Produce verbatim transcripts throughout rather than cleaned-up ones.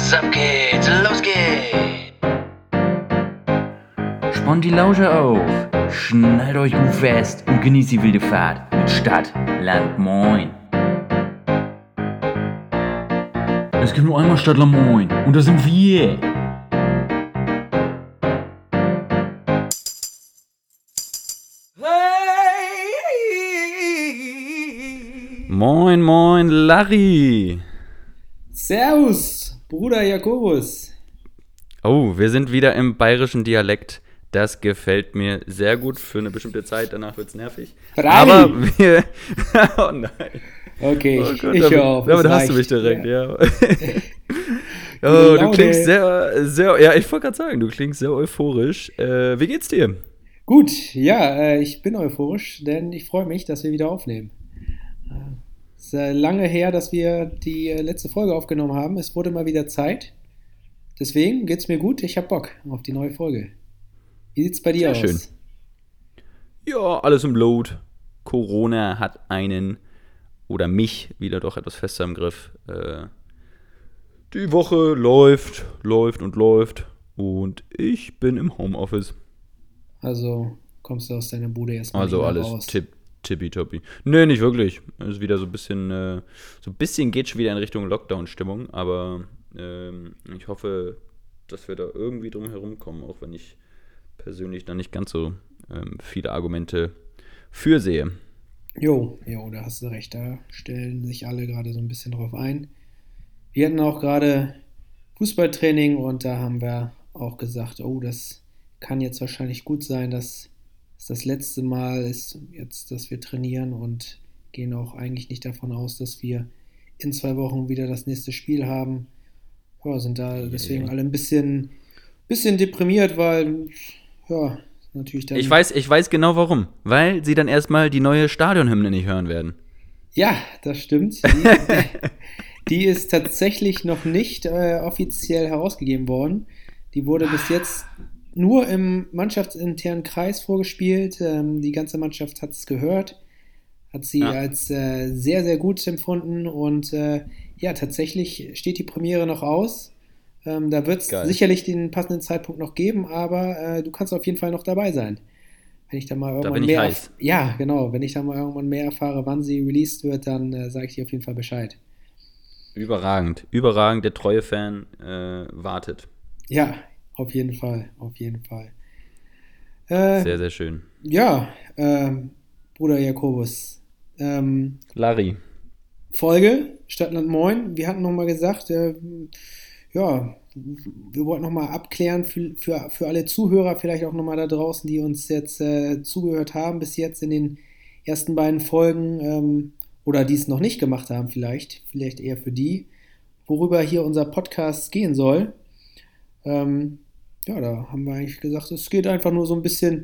Was ab geht's, los geht's! Spannt die Lausche auf, schnallt euch gut fest und genießt die wilde Fahrt mit Stadt, Land, Moin. Es gibt nur einmal Stadt, Land, Moin und das sind wir. Moin, moin, Larry. Servus, Bruder Jakobus. Oh, wir sind wieder im bayerischen Dialekt. Das gefällt mir sehr gut für eine bestimmte Zeit. Danach wird's nervig. Freilich. Aber wir... oh nein. Okay, oh ich, Gott, ich damit, höre auf. damit es hast du reicht. mich direkt, ja. Ja. oh, du Laune. klingst sehr, sehr... Ja, ich wollte gerade sagen, du klingst sehr euphorisch. Äh, wie geht's dir? Gut, ja, äh, ich bin euphorisch, denn ich freue mich, dass wir wieder aufnehmen. Äh, Es ist äh, lange her, dass wir die äh, letzte Folge aufgenommen haben. Es wurde mal wieder Zeit. Deswegen geht's mir gut. Ich hab Bock auf die neue Folge. Wie sieht's bei dir Sehr aus? schön. Ja, alles im Load. Corona hat einen oder mich wieder doch etwas fester im Griff. Äh, die Woche läuft, läuft und läuft und ich bin im Homeoffice. Also kommst du aus deiner Bude erstmal Also nicht mehr alles raus. tipp, tippitoppi. Nee, nicht wirklich. Es ist wieder so ein bisschen, äh, so ein bisschen geht schon wieder in Richtung Lockdown-Stimmung, aber ähm, ich hoffe, dass wir da irgendwie drum herum kommen, auch wenn ich persönlich da nicht ganz so ähm, viele Argumente für sehe. Jo, jo, da hast du recht. Da stellen sich alle gerade so ein bisschen drauf ein. Wir hatten auch gerade Fußballtraining und da haben wir auch gesagt, oh, das kann jetzt wahrscheinlich gut sein, dass es das letzte Mal ist jetzt, dass wir trainieren und gehen auch eigentlich nicht davon aus, dass wir in zwei Wochen wieder das nächste Spiel haben. Ja, sind da deswegen Ja. alle ein bisschen, bisschen deprimiert, weil, ja, natürlich dann... Ich weiß, ich weiß genau warum. Weil sie dann erstmal die neue Stadionhymne nicht hören werden. Ja, das stimmt. Die, die ist tatsächlich noch nicht äh, offiziell herausgegeben worden. Die wurde bis jetzt nur im mannschaftsinternen Kreis vorgespielt. Ähm, die ganze Mannschaft hat es gehört, hat sie Ja. als äh, sehr, sehr gut empfunden und äh, ja, tatsächlich steht die Premiere noch aus. Ähm, da wird es Geil. sicherlich den passenden Zeitpunkt noch geben, aber äh, du kannst auf jeden Fall noch dabei sein. Wenn ich da mal irgendwann bin ich mehr heiß. Ja, genau, wenn ich da mal irgendwann mehr erfahre, wann sie released wird, dann äh, sage ich dir auf jeden Fall Bescheid. Überragend. Überragend. Der treue Fan äh, wartet. Ja, auf jeden Fall, auf jeden Fall. Äh, Sehr, sehr schön. ja, ähm, Bruder Jakobus. Ähm, Larry. Folge Stadtland Moin. Wir hatten nochmal gesagt, äh, ja, wir wollten nochmal abklären für, für, für alle Zuhörer, vielleicht auch nochmal da draußen, die uns jetzt äh, zugehört haben bis jetzt in den ersten beiden Folgen ähm, oder die es noch nicht gemacht haben vielleicht, vielleicht eher für die, worüber hier unser Podcast gehen soll. Ähm, ja, da haben wir eigentlich gesagt, es geht einfach nur so ein bisschen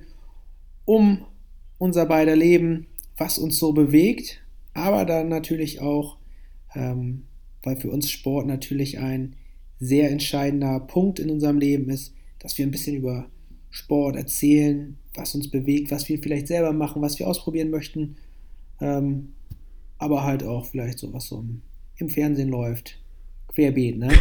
um unser beider Leben, was uns so bewegt, aber dann natürlich auch, ähm, weil für uns Sport natürlich ein sehr entscheidender Punkt in unserem Leben ist, dass wir ein bisschen über Sport erzählen, was uns bewegt, was wir vielleicht selber machen, was wir ausprobieren möchten, ähm, aber halt auch vielleicht so, was so im, im Fernsehen läuft. Querbeet, ne?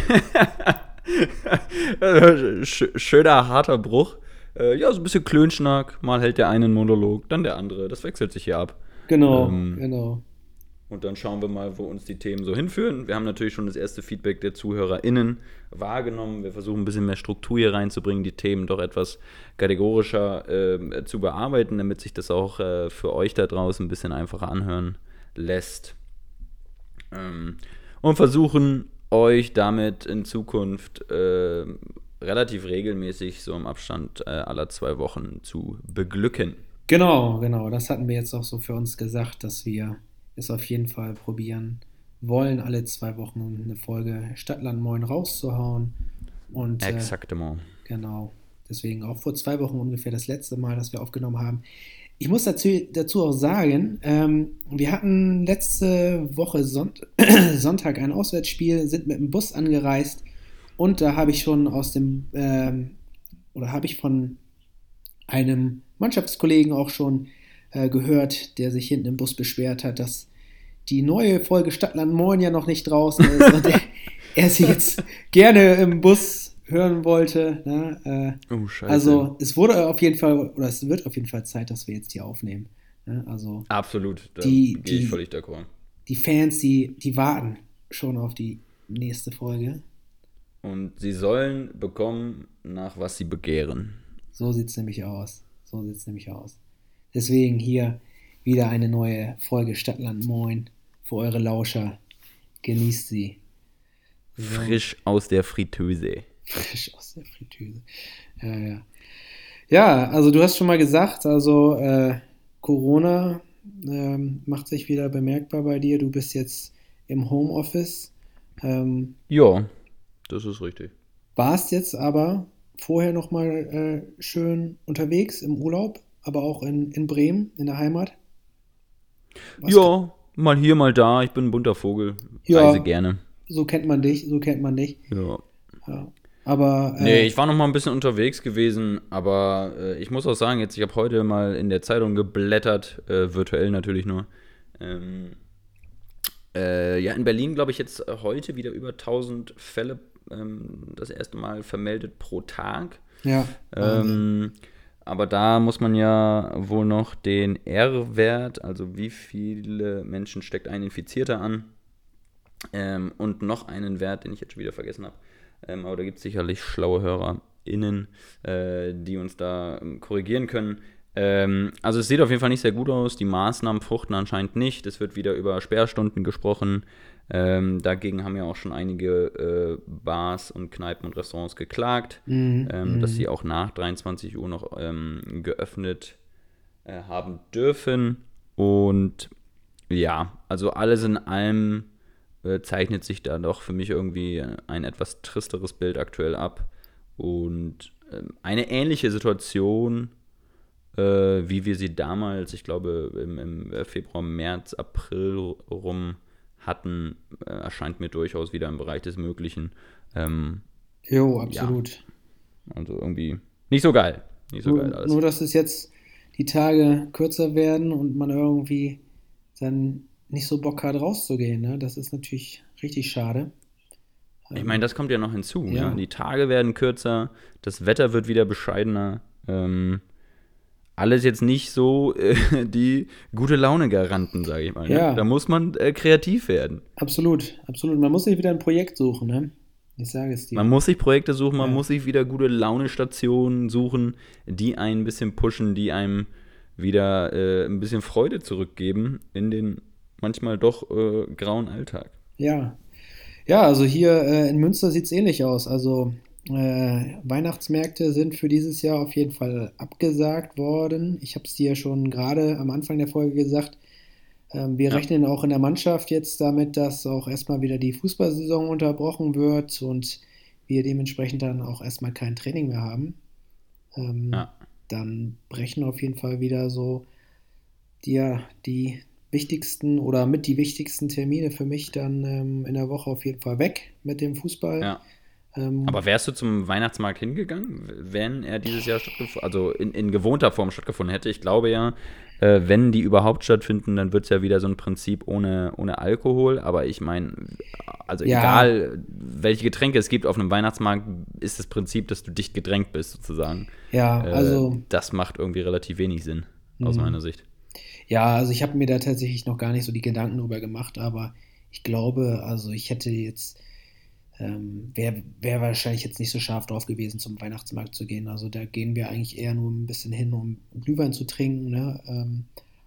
Sch- Schöner, harter Bruch. Äh, ja, so ein bisschen Klönschnack. Mal hält der eine einen Monolog, dann der andere. Das wechselt sich hier ab. Genau, Ähm, genau. Und dann schauen wir mal, wo uns die Themen so hinführen. Wir haben natürlich schon das erste Feedback der ZuhörerInnen wahrgenommen. Wir versuchen ein bisschen mehr Struktur hier reinzubringen, die Themen doch etwas kategorischer äh, zu bearbeiten, damit sich das auch äh, für euch da draußen ein bisschen einfacher anhören lässt. Ähm, und versuchen euch damit in Zukunft äh, relativ regelmäßig so im Abstand äh, aller zwei Wochen zu beglücken. Genau, genau. Das hatten wir jetzt auch so für uns gesagt, dass wir es auf jeden Fall probieren wollen, alle zwei Wochen eine Folge Stadtland Moin rauszuhauen. Und äh, Exaktement. genau, deswegen auch vor zwei Wochen ungefähr das letzte Mal, dass wir aufgenommen haben. Ich muss dazu, dazu auch sagen, ähm, wir hatten letzte Woche Sonnt- Sonntag ein Auswärtsspiel, sind mit dem Bus angereist und da habe ich schon aus dem, ähm, oder habe ich von einem Mannschaftskollegen auch schon äh, gehört, der sich hinten im Bus beschwert hat, dass die neue Folge Stadtland Moin ja noch nicht draußen ist und der, er sie jetzt gerne im Bus hören wollte. Ne? Äh, Oh, scheiße. also es wurde auf jeden Fall, oder es wird auf jeden Fall Zeit, dass wir jetzt hier aufnehmen. Ne? Also Absolut, da die, gehe ich die, völlig d'accord. die Fans, die, die warten schon auf die nächste Folge. Und sie sollen bekommen, nach was sie begehren. So sieht es nämlich aus. So sieht es nämlich aus. Deswegen hier wieder eine neue Folge Stadtland Moin für eure Lauscher. Genießt sie. So. Frisch aus der Fritteuse. Frisch aus der Fritteuse. Ja, ja. Ja, also du hast schon mal gesagt, also äh, Corona ähm, macht sich wieder bemerkbar bei dir. Du bist jetzt im Homeoffice. Ähm, Ja, das ist richtig. warst jetzt aber vorher noch mal äh, schön unterwegs im Urlaub, aber auch in, in Bremen, in der Heimat. Was Ja, mal hier, mal da. Ich bin ein bunter Vogel. Ja. Reise gerne. So kennt man dich, so kennt man dich. Ja. Ja. Aber äh, Nee, ich war noch mal ein bisschen unterwegs gewesen, aber äh, ich muss auch sagen, jetzt, ich habe heute mal in der Zeitung geblättert, äh, virtuell natürlich nur. Ähm, äh, ja, in Berlin, glaube ich, jetzt heute wieder über tausend Fälle ähm, das erste Mal vermeldet pro Tag. ja, Ähm, aber da muss man ja wohl noch den R-Wert, also wie viele Menschen steckt ein Infizierter an, ähm, und noch einen Wert, den ich jetzt schon wieder vergessen habe. Ähm, aber da gibt es sicherlich schlaue HörerInnen, äh, die uns da ähm, korrigieren können. Ähm, also es sieht auf jeden Fall nicht sehr gut aus. Die Maßnahmen fruchten anscheinend nicht. Es wird wieder über Sperrstunden gesprochen. Ähm, dagegen haben ja auch schon einige äh, Bars und Kneipen und Restaurants geklagt, Mhm, ähm, mhm. dass sie auch nach dreiundzwanzig Uhr noch ähm, geöffnet äh, haben dürfen. Und ja, also alles in allem äh, zeichnet sich da doch für mich irgendwie ein etwas tristeres Bild aktuell ab. Und ähm, eine ähnliche Situation, äh, wie wir sie damals, ich glaube, im, im Februar, März, April rum hatten, äh, erscheint mir durchaus wieder im Bereich des Möglichen. Ähm, Jo, absolut. also irgendwie nicht so geil. Nicht so geil Nur, alles. nur, dass es jetzt die Tage kürzer werden und man irgendwie dann nicht so Bock hat, rauszugehen. Ne? Das ist natürlich richtig schade. Ich meine, das kommt ja noch hinzu. Ja. Ja. Die Tage werden kürzer, das Wetter wird wieder bescheidener. Ähm, alles jetzt nicht so äh, die gute Laune-Garanten, sage ich mal. Ne? Ja. Da muss man äh, kreativ werden. Absolut, absolut. Man muss sich wieder ein Projekt suchen, ne? Ich sage es dir. Man muss sich Projekte suchen, man Ja. muss sich wieder gute Laune-Stationen suchen, die einen ein bisschen pushen, die einem wieder äh, ein bisschen Freude zurückgeben in den manchmal doch äh, grauen Alltag. Ja. Ja, also hier äh, in Münster sieht es ähnlich aus. Also äh, Weihnachtsmärkte sind für dieses Jahr auf jeden Fall abgesagt worden. Ich habe es dir ja schon gerade am Anfang der Folge gesagt. Ähm, wir Ja. rechnen auch in der Mannschaft jetzt damit, dass auch erstmal wieder die Fußballsaison unterbrochen wird und wir dementsprechend dann auch erstmal kein Training mehr haben. Ähm, Ja. Dann brechen auf jeden Fall wieder so die, ja, die wichtigsten oder mit die wichtigsten Termine für mich dann ähm, in der Woche auf jeden Fall weg mit dem Fußball. Ja. Ähm, Aber wärst du zum Weihnachtsmarkt hingegangen, wenn er dieses Jahr stattgefunden, also in, in gewohnter Form stattgefunden hätte? Ich glaube ja, äh, wenn die überhaupt stattfinden, dann wird es ja wieder so ein Prinzip ohne, ohne Alkohol. Aber ich meine, also Ja. egal, welche Getränke es gibt auf einem Weihnachtsmarkt, ist das Prinzip, dass du dicht gedrängt bist, sozusagen. ja, Äh, also das macht irgendwie relativ wenig Sinn, aus Mhm. meiner Sicht. Ja, also ich habe mir da tatsächlich noch gar nicht so die Gedanken drüber gemacht, aber ich glaube, also ich hätte jetzt, ähm, wäre wär wahrscheinlich jetzt nicht so scharf drauf gewesen, zum Weihnachtsmarkt zu gehen. Also da gehen wir eigentlich eher nur ein bisschen hin, um Glühwein zu trinken, ne? Ähm,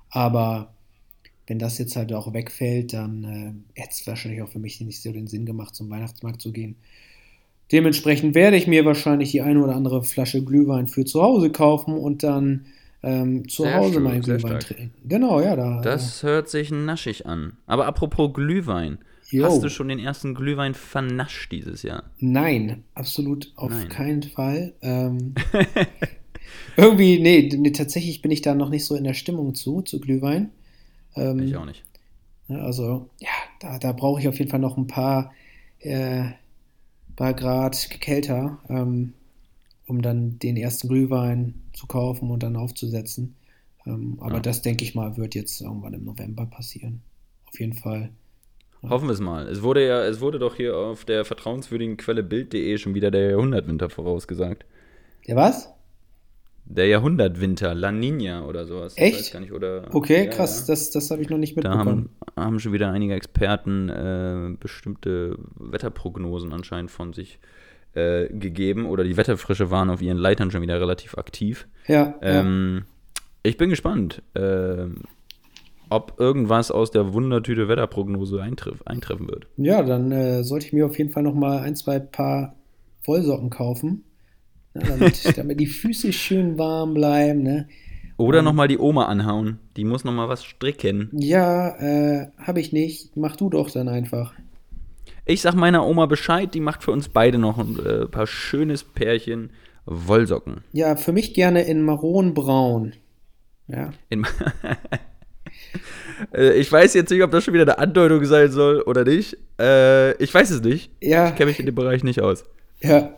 aber wenn das jetzt halt auch wegfällt, dann äh, hätte es wahrscheinlich auch für mich nicht so den Sinn gemacht, zum Weihnachtsmarkt zu gehen. Dementsprechend werde ich mir wahrscheinlich die eine oder andere Flasche Glühwein für zu Hause kaufen und dann ähm, zu Sehr Hause schön, meinen sehr Glühwein stark. trinken. Genau, ja, da. Das hört sich naschig an. Aber apropos Glühwein, Jo. hast du schon den ersten Glühwein vernascht dieses Jahr? Nein, absolut auf Nein. keinen Fall. Ähm, irgendwie, nee, nee, tatsächlich bin ich da noch nicht so in der Stimmung zu, zu Glühwein. Ähm, Ich auch nicht. ne, also, ja, da, da brauche ich auf jeden Fall noch ein paar, äh, paar Grad kälter, ähm, um dann den ersten Glühwein zu kaufen und dann aufzusetzen. Ähm, aber Ja. das, denke ich mal, wird jetzt irgendwann im November passieren. Auf jeden Fall. Hoffen wir es mal. Es wurde ja, es wurde doch hier auf der vertrauenswürdigen Quelle Bild punkt de schon wieder der Jahrhundertwinter vorausgesagt. Der was? Der Jahrhundertwinter, La Niña oder sowas. Echt? Ich weiß gar nicht, oder, Okay, ja, krass, ja. das, das habe ich noch nicht Da mitbekommen. haben, haben schon wieder einige Experten äh, bestimmte Wetterprognosen anscheinend von sich äh, gegeben. Oder die Wetterfrische waren auf ihren Leitern schon wieder relativ aktiv. Ja, ja. Ähm, ich bin gespannt, ähm, ob irgendwas aus der Wundertüte Wetterprognose eintreff, eintreffen wird. Ja, dann äh, sollte ich mir auf jeden Fall noch mal ein, zwei Paar Wollsocken kaufen, ne, damit, damit die Füße schön warm bleiben. Ne? Oder nochmal die Oma anhauen. Die muss nochmal was stricken. Ja, äh, habe ich nicht. Mach du doch dann einfach. Ich sag meiner Oma Bescheid, die macht für uns beide noch ein äh, paar schönes Pärchen Wollsocken. Ja, für mich gerne in maronbraun. Ja. In äh, ich weiß jetzt nicht, ob das schon wieder eine Andeutung sein soll oder nicht. Äh, ich weiß es nicht. Ja. Ich kenne mich in dem Bereich nicht aus. Ja.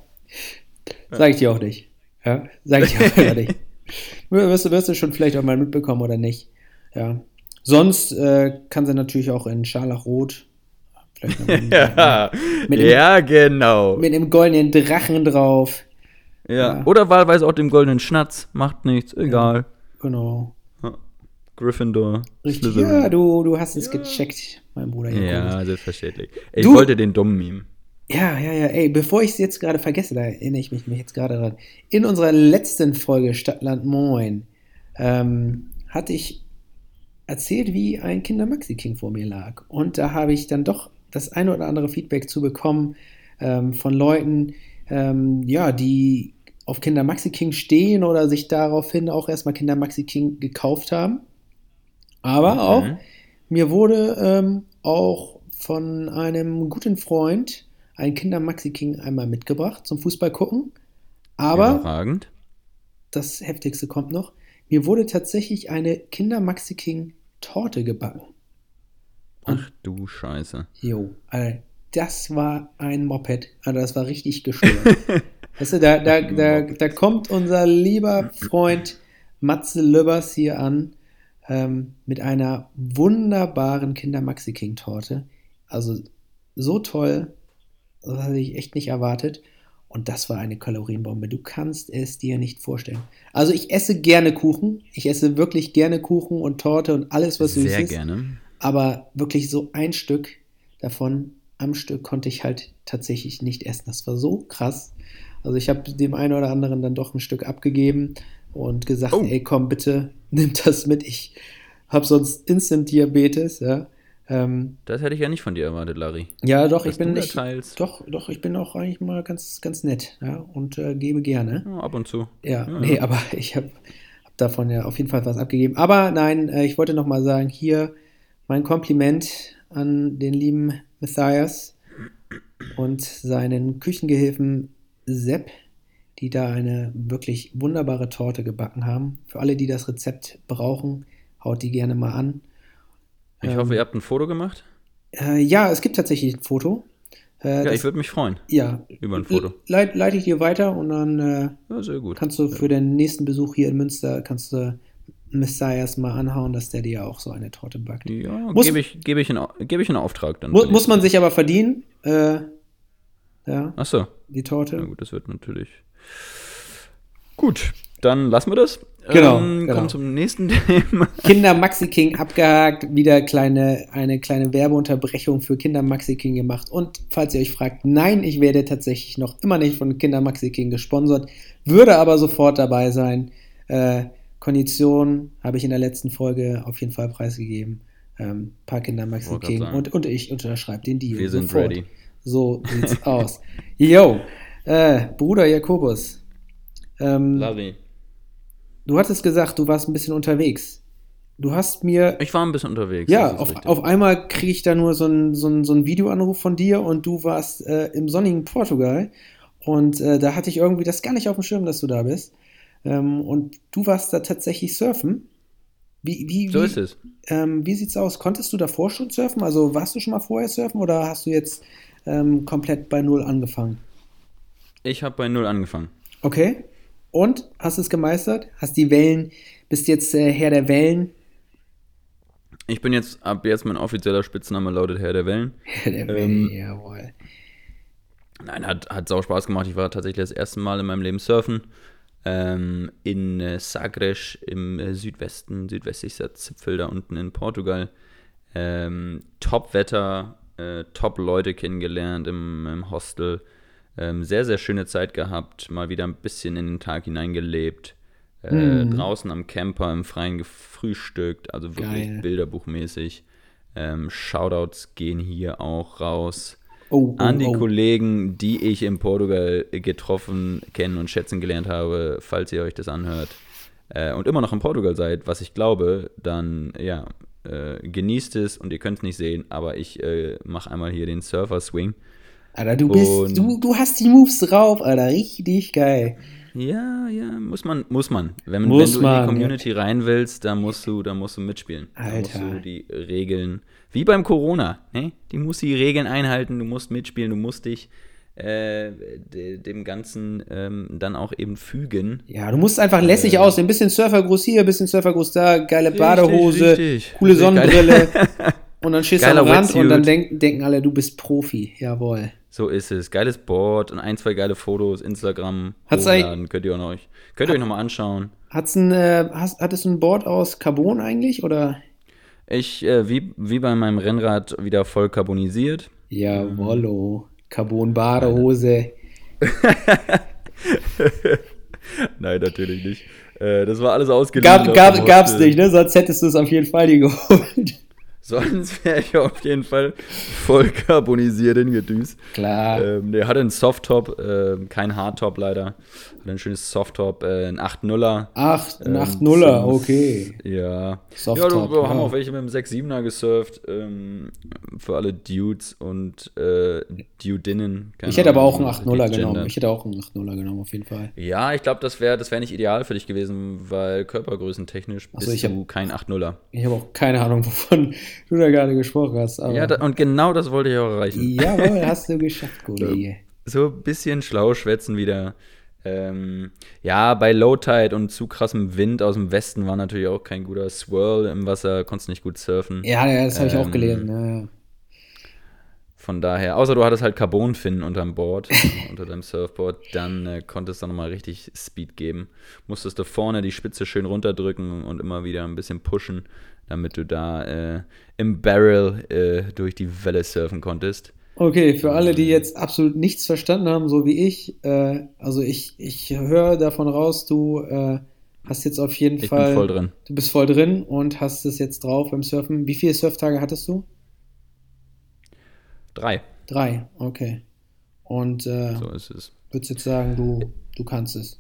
Sag ich dir auch nicht. Ja, sag ich dir auch wieder nicht. Wirst du, wirst du schon vielleicht auch mal mitbekommen oder nicht. Ja. Sonst äh, kann sie natürlich auch in Scharlachrot. Vielleicht noch mit, Ja, mit, dem, ja genau. mit dem goldenen Drachen drauf. Ja. Ja. Oder wahlweise auch dem goldenen Schnatz. Macht nichts, egal. Genau. Ja. Gryffindor. Richtig. Slytherin. Ja, du, du hast es gecheckt, mein Bruder. Jakobus. Ja, selbstverständlich. Ich Du- wollte den dummen Meme. Ja, ja, ja. Ey, bevor ich es jetzt gerade vergesse, da erinnere ich mich, mich jetzt gerade dran. In unserer letzten Folge Stadtland Moin ähm, hatte ich erzählt, wie ein Kinder-Maxi-King vor mir lag. Und da habe ich dann doch das eine oder andere Feedback zu bekommen ähm, von Leuten, ähm, ja, die auf Kinder-Maxi-King stehen oder sich daraufhin auch erstmal Kinder-Maxi-King gekauft haben. Aber auch, Mhm. mir wurde ähm, auch von einem guten Freund ein Kinder-Maxi-King einmal mitgebracht zum Fußball gucken. Aber Überragend. das Heftigste kommt noch. Mir wurde tatsächlich eine Kinder-Maxi-King-Torte gebacken. Ach du Scheiße. Jo, Alter, das war ein Moped. Alter, das war richtig gestört. Weißt du, da, da, da, da kommt unser lieber Freund Matze Löbbers hier an ähm, mit einer wunderbaren Kinder-Maxi-King-Torte. Also so toll, das hatte ich echt nicht erwartet. Und das war eine Kalorienbombe. Du kannst es dir nicht vorstellen. Also ich esse gerne Kuchen. Ich esse wirklich gerne Kuchen und Torte und alles, was süß Sehr ist. gerne. Aber wirklich so ein Stück davon am Stück konnte ich halt tatsächlich nicht essen. Das war so krass. Also ich habe dem einen oder anderen dann doch ein Stück abgegeben und gesagt, Oh. ey komm bitte, nimm das mit. Ich habe sonst Instant-Diabetes. Ja, ähm, Das hätte ich ja nicht von dir erwartet, Larry. ja doch, Dass ich bin du da nicht, teilst. doch, doch, ich bin auch eigentlich mal ganz, ganz nett, ja, und äh, gebe gerne. Ja, ab und zu. Ja, Ja, nee, ja. aber ich habe hab davon ja auf jeden Fall was abgegeben. Aber nein, äh, ich wollte noch mal sagen, hier mein Kompliment an den lieben Matthias und seinen Küchengehilfen Sepp, die da eine wirklich wunderbare Torte gebacken haben. Für alle, die das Rezept brauchen, haut die gerne mal an. Ich Ähm, hoffe, ihr habt ein Foto gemacht. Äh, ja, es gibt tatsächlich ein Foto. Äh, Ja, das, ich würde mich freuen ja, über ein Foto. leit, leite ich dir weiter und dann äh, Ja, sehr gut. kannst du für den nächsten Besuch hier in Münster, kannst du Messias mal anhauen, dass der dir auch so eine Torte backt. Ja, Muss- gebe ich, gebe ich, in, gebe ich in Auftrag dann. Mu muss man sich aber verdienen, äh, ja, Achso. die Na Torte. gut, das wird natürlich. Gut, dann lassen wir das. Genau, Ähm, genau. Kommen zum nächsten Thema. Kinder Maxi King abgehakt, wieder kleine, eine kleine Werbeunterbrechung für Kinder Maxi King gemacht. Und falls ihr euch fragt, nein, ich werde tatsächlich noch immer nicht von Kinder Maxi King gesponsert, würde aber sofort dabei sein. Äh, Konditionen habe ich in der letzten Folge auf jeden Fall preisgegeben. Ähm, paar Kinder Maxi Wollte grad King sagen. und, und ich unterschreibe den Deal. Wir sind sofort. ready. So sieht's aus. Yo, äh, Bruder Jakobus, ähm, Larry. du hattest gesagt, du warst ein bisschen unterwegs. Du hast mir, Ich war ein bisschen unterwegs. ja, das ist auf, richtig. auf einmal kriege ich da nur so einen so ein, so ein Videoanruf von dir und du warst äh, im sonnigen Portugal und äh, da hatte ich irgendwie das gar nicht auf dem Schirm, dass du da bist. Ähm, und du warst da tatsächlich surfen. Wie, wie, So wie, ist es. Ähm, wie sieht's aus? Konntest du davor schon surfen? Also warst du schon mal vorher surfen oder hast du jetzt ähm, komplett bei Null angefangen? Ich habe bei Null angefangen. Okay. Und? Hast du es gemeistert? Hast die Wellen, bist jetzt äh, Herr der Wellen? Ich bin jetzt, ab jetzt mein offizieller Spitzname lautet Herr der Wellen. Herr der Ähm, Wellen, jawohl. Nein, hat, hat sau Spaß gemacht. Ich war tatsächlich das erste Mal in meinem Leben surfen. Ähm, in äh, Sagres im äh, Südwesten, südwestlichster Zipfel da unten in Portugal. Ähm, Top-Wetter, äh, Top-Leute kennengelernt im, im Hostel. Ähm, sehr, sehr schöne Zeit gehabt. Mal wieder ein bisschen in den Tag hineingelebt. Äh, Mhm. Draußen am Camper im Freien gefrühstückt. Also wirklich Geil. bilderbuchmäßig. Ähm, Shoutouts gehen hier auch raus Oh, an oh, die oh. Kollegen, die ich in Portugal getroffen, kennen und schätzen gelernt habe, falls ihr euch das anhört äh, und immer noch in Portugal seid, was ich glaube, dann ja, äh, genießt es und ihr könnt es nicht sehen, aber ich äh, mache einmal hier den Surfer-Swing. Alter, du bist, Und- du, du hast die Moves drauf, Alter, richtig geil. Ja, ja, muss man, muss man. Wenn, Muss wenn du man, in die Community rein willst, dann musst du, dann musst du mitspielen. Da musst Alter. du die Regeln, wie beim Corona, ne? Die musst die Regeln einhalten, du musst mitspielen, du musst dich äh, de, dem Ganzen ähm, dann auch eben fügen. Ja, du musst einfach lässig Äh. aussehen. Ein bisschen Surfergruß hier, ein bisschen Surfergruß da, geile Richtig, Badehose, richtig. coole Geile- Sonnenbrille. Und dann stehst du am Geiler Rand und dann Wetsuit. denk, denken alle, du bist Profi. Jawohl. So ist es. Geiles Board und ein, zwei geile Fotos, Instagram Hat's hochladen, könnt ihr auch noch, könnt ihr euch nochmal anschauen. Hat's ein, äh, hast, hattest du ein Board aus Carbon eigentlich, oder? Ich, äh, wie, wie bei meinem Rennrad, wieder voll carbonisiert. Jawollo. Carbon-Badehose. Nein, natürlich nicht. Äh, das war alles ausgeliehen. Gab, gab, gab's nicht, ne? Sonst hättest du es auf jeden Fall dir geholt. Sonst wäre ich auf jeden Fall voll carbonisiert hingedüst. Klar. Ähm, der hatte einen Softtop, äh, kein Hardtop leider. Hatte ein schönes Softtop, äh, ein acht nuller. Acht, ein Ähm, acht nuller, zum- okay. Ja. Softtop, ja, du, wir haben ja. auch welche mit dem sechs siebener gesurft. Ähm, für alle Dudes und äh, Dudinnen. Keine Ich hätte aber Ahnung, auch einen wie acht nuller die genommen. gendern. Ich hätte auch einen acht nuller genommen, auf jeden Fall. Ja, ich glaube, das wäre das wär nicht ideal für dich gewesen, weil körpergrößentechnisch Ach so, bist ich hab- du kein acht nuller. Ich habe auch keine Ahnung, wovon du da gerade gesprochen hast. Aber Ja, da, und genau das wollte ich auch erreichen. jawohl, hast du geschafft, Kollege. So ein bisschen schlau schwätzen wieder. Ähm, ja, bei Low Tide und zu krassem Wind aus dem Westen war natürlich auch kein guter Swirl im Wasser, konntest nicht gut surfen. Ja, ja, das habe ich auch Ähm, gelesen. Ja, ja. Von daher, außer du hattest halt Carbonfinnen unterm Board, unter deinem Surfboard, dann äh, konntest du nochmal richtig Speed geben. Musstest du vorne die Spitze schön runterdrücken und immer wieder ein bisschen pushen, damit du da äh, im Barrel äh, durch die Welle surfen konntest. Okay, für alle, die jetzt absolut nichts verstanden haben, so wie ich, äh, also ich, ich höre davon raus, du äh, hast jetzt auf jeden Ich Fall, bin voll drin. du bist voll drin und hast es jetzt drauf beim Surfen. Wie viele Surftage hattest du? Drei, Drei, okay. Und äh, so ist es. würdest jetzt sagen, du, du kannst es.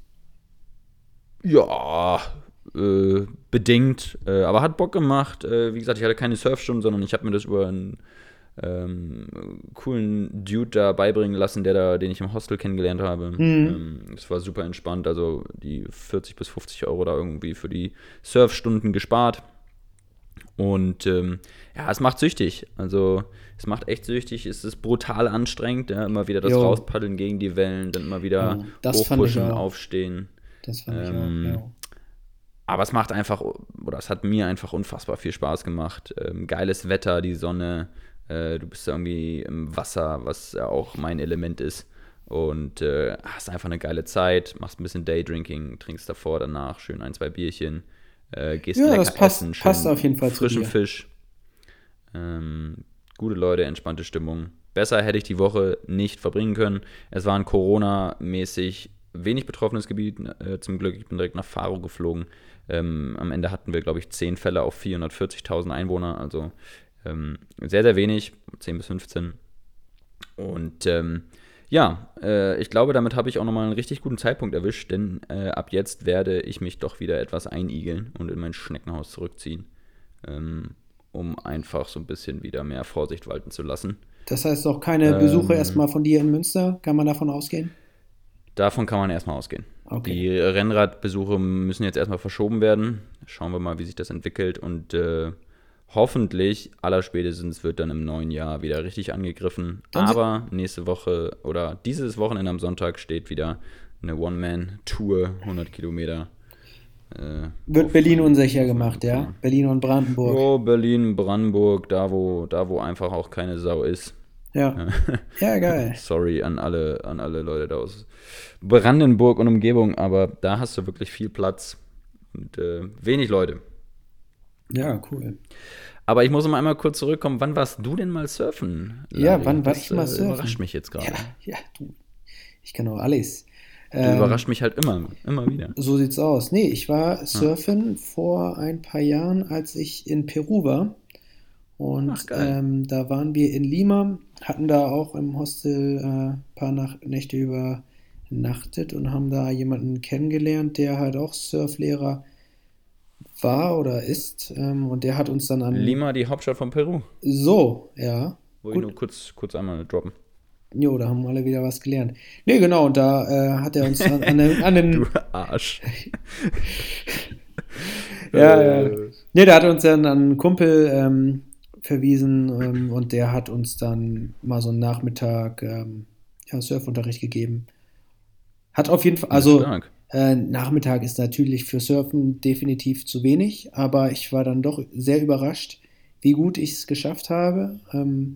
Ja, äh, bedingt, äh, aber hat Bock gemacht. Äh, wie gesagt, ich hatte keine Surfstunden, sondern ich habe mir das über einen ähm, coolen Dude da beibringen lassen, der da, den ich im Hostel kennengelernt habe. Ähm, es war super entspannt, also die vierzig bis fünfzig Euro da irgendwie für die Surfstunden gespart. Und ähm, ja, es macht süchtig. Also es macht echt süchtig. Es ist brutal anstrengend. Ja? Immer wieder das Jo. Rauspaddeln gegen die Wellen, dann immer wieder Ja, das fand ich hochpushen, auch. aufstehen. Das fand Ähm, ich auch, ja. Aber es macht einfach, oder es hat mir einfach unfassbar viel Spaß gemacht. Ähm, geiles Wetter, die Sonne, äh, du bist da irgendwie im Wasser, was ja auch mein Element ist. Und äh, hast einfach eine geile Zeit, machst ein bisschen Daydrinking, trinkst davor, danach schön ein, zwei Bierchen, äh, gehst Ja, lecker das passt- essen, schön passt auf jeden Fall zu frischen dir. Fisch. Ähm, gute Leute, entspannte Stimmung. Besser hätte ich die Woche nicht verbringen können. Es war ein Corona-mäßig wenig betroffenes Gebiet, äh, zum Glück. Ich bin direkt nach Faro geflogen. Ähm, am Ende hatten wir, glaube ich, zehn Fälle auf vierhundertvierzigtausend Einwohner, also ähm, sehr, sehr wenig, zehn bis fünfzehn. Und ähm, ja, äh, ich glaube, damit habe ich auch nochmal einen richtig guten Zeitpunkt erwischt, denn äh, ab jetzt werde ich mich doch wieder etwas einigeln und in mein Schneckenhaus zurückziehen, ähm, um einfach so ein bisschen wieder mehr Vorsicht walten zu lassen. Das heißt auch keine Besuche Ähm, erstmal von dir in Münster? Kann man davon ausgehen? Davon kann man erstmal ausgehen. Okay. Die Rennradbesuche müssen jetzt erstmal verschoben werden. Schauen wir mal, wie sich das entwickelt. Und äh, hoffentlich, allerspätestens, wird dann im neuen Jahr wieder richtig angegriffen. Dann si- Aber nächste Woche oder dieses Wochenende am Sonntag steht wieder eine One-Man-Tour, hundert Kilometer. Äh, Wird Berlin meinen, unsicher gemacht, ja? Gefahren. Berlin und Brandenburg. Oh, Berlin, Brandenburg, da wo, da wo einfach auch keine Sau ist. Ja. Ja, geil. Sorry an alle, an alle Leute da aus Brandenburg und Umgebung, aber da hast du wirklich viel Platz und äh, wenig Leute. Ja, cool. Aber ich muss noch mal einmal kurz zurückkommen. Wann warst du denn mal surfen? Ja, Larry? wann war das, ich mal äh, surfen? Überrascht mich jetzt gerade. Ja, ja, du. Ich kann auch alles. Du Ähm, überrascht mich halt immer, immer wieder. So sieht's aus. Nee, ich war surfen vor ein paar Jahren, als ich in Peru war. Und Ach, geil. ähm, da waren wir in Lima, hatten da auch im Hostel äh, ein paar Nach Nächte übernachtet und haben da jemanden kennengelernt, der halt auch Surflehrer war oder ist. Ähm, und der hat uns dann an. Lima, die Hauptstadt von Peru. So, ja. Wollte ich Gut. nur kurz, kurz einmal droppen. Jo, da haben alle wieder was gelernt. Nee, genau, und da äh, hat er uns an, an, den, an den. Du Arsch. Ja, ja. Äh, Nee, der hat uns dann an einen Kumpel ähm, verwiesen ähm, und der hat uns dann mal so einen Nachmittag ähm, ja, Surfunterricht gegeben. Hat auf jeden Fall, also stark. äh, Nachmittag ist natürlich für Surfen definitiv zu wenig, aber ich war dann doch sehr überrascht, wie gut ich es geschafft habe, ähm,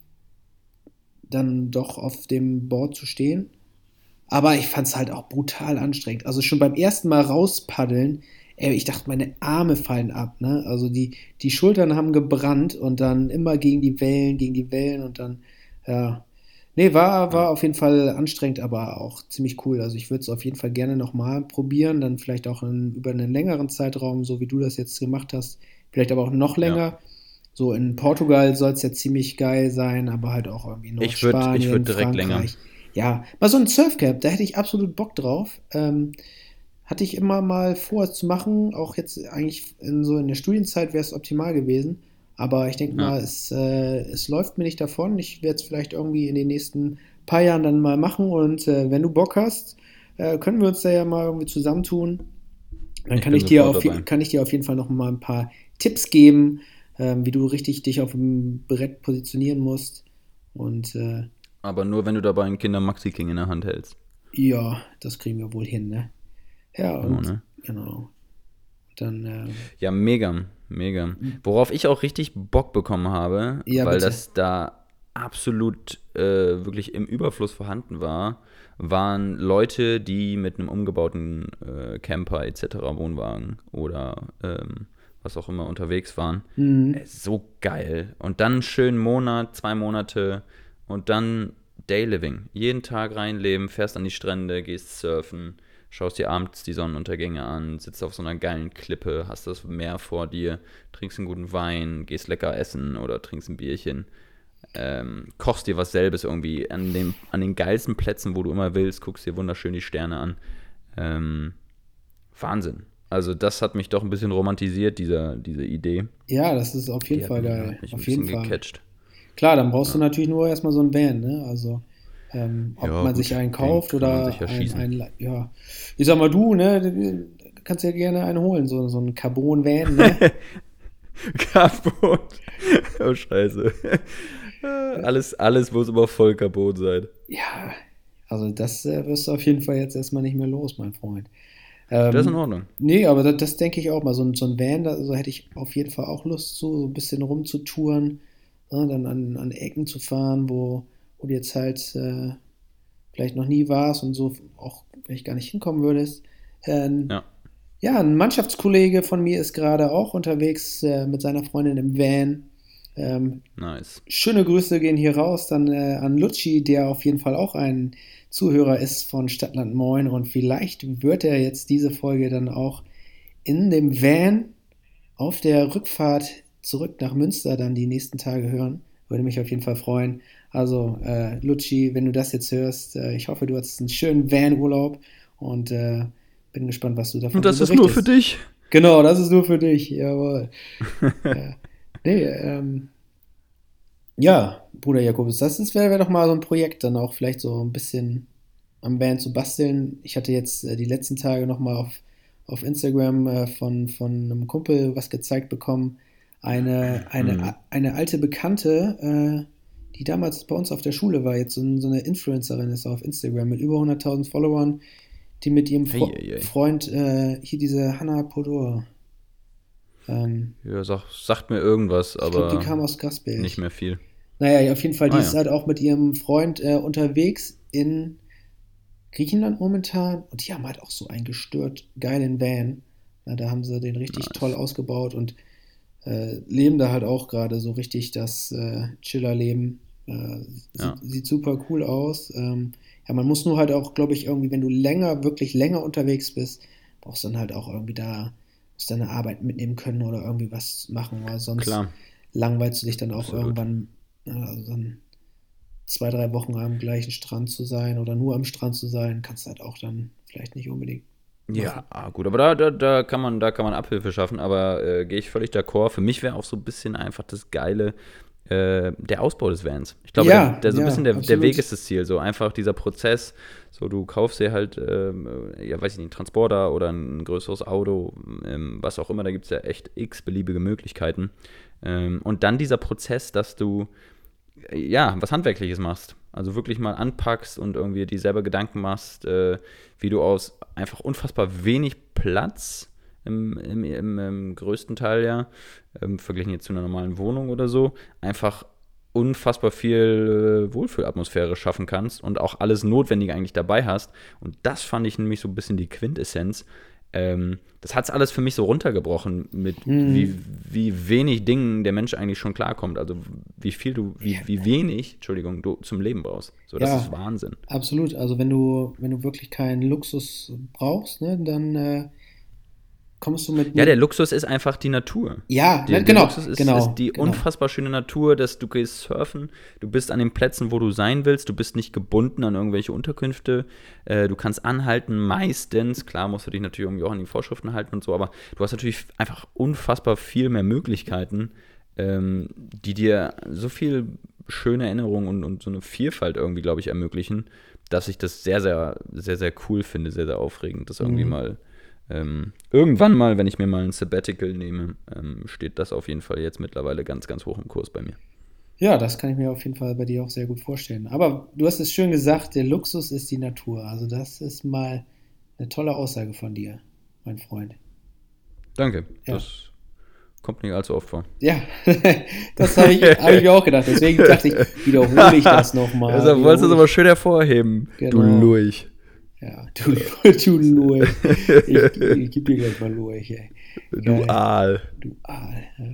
dann doch auf dem Board zu stehen. Aber ich fand es halt auch brutal anstrengend. Also schon beim ersten Mal rauspaddeln, ey, ich dachte, meine Arme fallen ab, ne? Also die, die Schultern haben gebrannt und dann immer gegen die Wellen, gegen die Wellen und dann, ja. Nee, war, war auf jeden Fall anstrengend, aber auch ziemlich cool. Also ich würde es auf jeden Fall gerne nochmal probieren, dann vielleicht auch in, über einen längeren Zeitraum, so wie du das jetzt gemacht hast, vielleicht aber auch noch länger. Ja. So in Portugal soll es ja ziemlich geil sein, aber halt auch irgendwie Ich würd- Nordspanien, ich würd direkt länger. Frankreich. Ja, mal so ein Surfcamp, da hätte ich absolut Bock drauf. Ähm, hatte ich immer mal vor, es zu machen. Auch jetzt eigentlich in so in der Studienzeit wäre es optimal gewesen. Aber ich denke Ja. mal, es, äh, es läuft mir nicht davon. Ich werde es vielleicht irgendwie in den nächsten paar Jahren dann mal machen. Und äh, wenn du Bock hast, äh, können wir uns da ja mal irgendwie zusammentun. Dann Ich kann bin ich, dir sofort auf, dabei. kann ich dir auf jeden Fall noch mal ein paar Tipps geben, ähm, wie du richtig dich auf dem Brett positionieren musst. Und äh, Aber nur, wenn du dabei einen Kinder Maxi King in der Hand hältst. ja, das kriegen wir wohl hin, ne? Ja, Oh, und ne? genau. Dann, äh, Ja, mega, mega. Worauf ich auch richtig Bock bekommen habe, Ja, weil bitte. das da absolut äh, wirklich im Überfluss vorhanden war, waren Leute, die mit einem umgebauten äh, Camper et cetera, Wohnwagen oder ähm, was auch immer unterwegs waren. mhm. Äh, so geil. Und dann einen schönen Monat, zwei Monate und dann Dayliving. Jeden Tag reinleben, fährst an die Strände, gehst surfen, schaust dir abends die Sonnenuntergänge an, sitzt auf so einer geilen Klippe, hast das Meer vor dir, trinkst einen guten Wein, gehst lecker essen oder trinkst ein Bierchen, ähm, kochst dir was selbes irgendwie an, dem, an den geilsten Plätzen, wo du immer willst, guckst dir wunderschön die Sterne an. Ähm, Wahnsinn. Also das hat mich doch ein bisschen romantisiert, dieser, diese Idee. Ja, das ist auf jeden Die Fall hat mich, geil. hat mich ein Auf jeden bisschen Fall. gecatcht. Klar, dann brauchst du natürlich nur erstmal so ein Van, ne? Also, ähm, ob Ja, man gut, sich einen den kauft kann man oder sich ja ein, schießen. ein, ja. Ich sag mal, du, ne? Du kannst ja gerne einen holen, so, so einen Carbon-Van, ne? Carbon. Oh, scheiße. Alles, alles muss immer voll Carbon sein. Ja, also das äh, wirst du auf jeden Fall jetzt erstmal nicht mehr los, mein Freund. Das ist in Ähm, Ordnung. nee, aber das, das denke ich auch mal. So ein, so ein Van, da so hätte ich auf jeden Fall auch Lust zu, so ein bisschen rumzutouren, ne, dann an, an Ecken zu fahren, wo, wo du jetzt halt äh, vielleicht noch nie warst und so auch vielleicht gar nicht hinkommen würdest. Ähm, Ja. ja, ein Mannschaftskollege von mir ist gerade auch unterwegs äh, mit seiner Freundin im Van. Ähm, Nice. Schöne Grüße gehen hier raus dann äh, an Lucci, der auf jeden Fall auch ein Zuhörer ist von Stadtland Moin und vielleicht wird er jetzt diese Folge dann auch in dem Van auf der Rückfahrt zurück nach Münster dann die nächsten Tage hören. Würde mich auf jeden Fall freuen. Also äh, Lucci, wenn du das jetzt hörst, äh, ich hoffe, du hattest einen schönen Van-Urlaub und äh, bin gespannt, was du davon Und das so ist nur für berichtest. dich. Genau, das ist nur für dich, jawohl. Ja. Nee, ähm, ja, Bruder Jakobus, das ist, wäre wär doch mal so ein Projekt, dann auch vielleicht so ein bisschen am Van zu basteln. Ich hatte jetzt äh, die letzten Tage nochmal auf, auf Instagram äh, von, von einem Kumpel was gezeigt bekommen. Eine, eine, Mhm. eine alte Bekannte, äh, die damals bei uns auf der Schule war, jetzt so, ein- so eine Influencerin ist auf Instagram mit über hunderttausend Followern. die mit ihrem Fro Ei, ei, ei. Freund, äh, hier diese Hannah Podor. Ähm, Ja, sag, sagt mir irgendwas, ich glaube, die aber kam aus Gasberg. nicht mehr viel. Naja, ja, auf jeden Fall, die Ah ist ja. halt auch mit ihrem Freund äh, unterwegs in Griechenland momentan und die haben halt auch so einen gestört geilen Van. Ja, da haben sie den richtig Nice. toll ausgebaut und äh, leben da halt auch gerade so richtig das äh, Chiller-Leben. Äh, sieht, Ja. sieht super cool aus. Ähm, ja, man muss nur halt auch, glaube ich, irgendwie, wenn du länger, wirklich länger unterwegs bist, brauchst du dann halt auch irgendwie da, musst deine Arbeit mitnehmen können oder irgendwie was machen, weil sonst Klar, langweilst du dich dann auch absolut. irgendwann, äh, also dann zwei, drei Wochen am gleichen Strand zu sein oder nur am Strand zu sein, kannst du halt auch dann vielleicht nicht unbedingt machen. Ja, ah, gut, aber da, da, da kann man, da kann man Abhilfe schaffen, aber äh, gehe ich völlig d'accord. Für mich wäre auch so ein bisschen einfach das Geile, äh, der Ausbau des Vans. Ich glaube, der, Ja, der so ein bisschen ja, der, der Weg absolut. ist das Ziel. So einfach dieser Prozess, so du kaufst dir halt, ähm, äh, ja, weiß ich nicht, einen Transporter oder ein größeres Auto, ähm, was auch immer, da gibt es ja echt x beliebige Möglichkeiten. Ähm, und dann dieser Prozess, dass du ja, was Handwerkliches machst. Also wirklich mal anpackst und irgendwie dir selber Gedanken machst, äh, wie du aus einfach unfassbar wenig Platz im, im, im, im größten Teil ja, ähm, verglichen jetzt zu einer normalen Wohnung oder so, einfach unfassbar viel äh, Wohlfühlatmosphäre schaffen kannst und auch alles Notwendige eigentlich dabei hast. Und das fand ich nämlich so ein bisschen die Quintessenz. Ähm, das hat es alles für mich so runtergebrochen, mit wie, Mhm. wie wenig Dingen der Mensch eigentlich schon klarkommt. Also wie viel du, wie, wie wenig, Entschuldigung, du zum Leben brauchst. So, das ist Ja, Wahnsinn. absolut. Also wenn du, wenn du wirklich keinen Luxus brauchst, ne, dann äh, kommst du mit, Ja, der mit Luxus ist einfach die Natur. ja, Der, ne, der genau, Luxus ist, ist genau, die genau. unfassbar schöne Natur, dass du gehst surfen, du bist an den Plätzen, wo du sein willst, du bist nicht gebunden an irgendwelche Unterkünfte, äh, du kannst anhalten, meistens, klar musst du dich natürlich irgendwie auch an die Vorschriften halten und so, aber du hast natürlich einfach unfassbar viel mehr Möglichkeiten, ähm, die dir so viel schöne Erinnerungen und, und so eine Vielfalt irgendwie, glaube ich, ermöglichen, dass ich das sehr, sehr, sehr, sehr cool finde, sehr, sehr aufregend, das irgendwie Mhm. mal ähm, irgendwann mal, wenn ich mir mal ein Sabbatical nehme, ähm, steht das auf jeden Fall jetzt mittlerweile ganz, ganz hoch im Kurs bei mir. Ja, das kann ich mir auf jeden Fall bei dir auch sehr gut vorstellen. Aber du hast es schön gesagt, der Luxus ist die Natur. Also das ist mal eine tolle Aussage von dir, mein Freund. Danke, Ja, das kommt nicht allzu oft vor. ja, das habe ich, hab ich mir auch gedacht. Deswegen dachte ich, wiederhole ich das nochmal. Deshalb wolltest du es Wiederhole aber ich. schön hervorheben, du Genau. Lurch. Ja, du, du Lurch. Ich, ich gebe dir gleich mal Lurch, ey. Du Geil. Aal. Du Aal. Ja,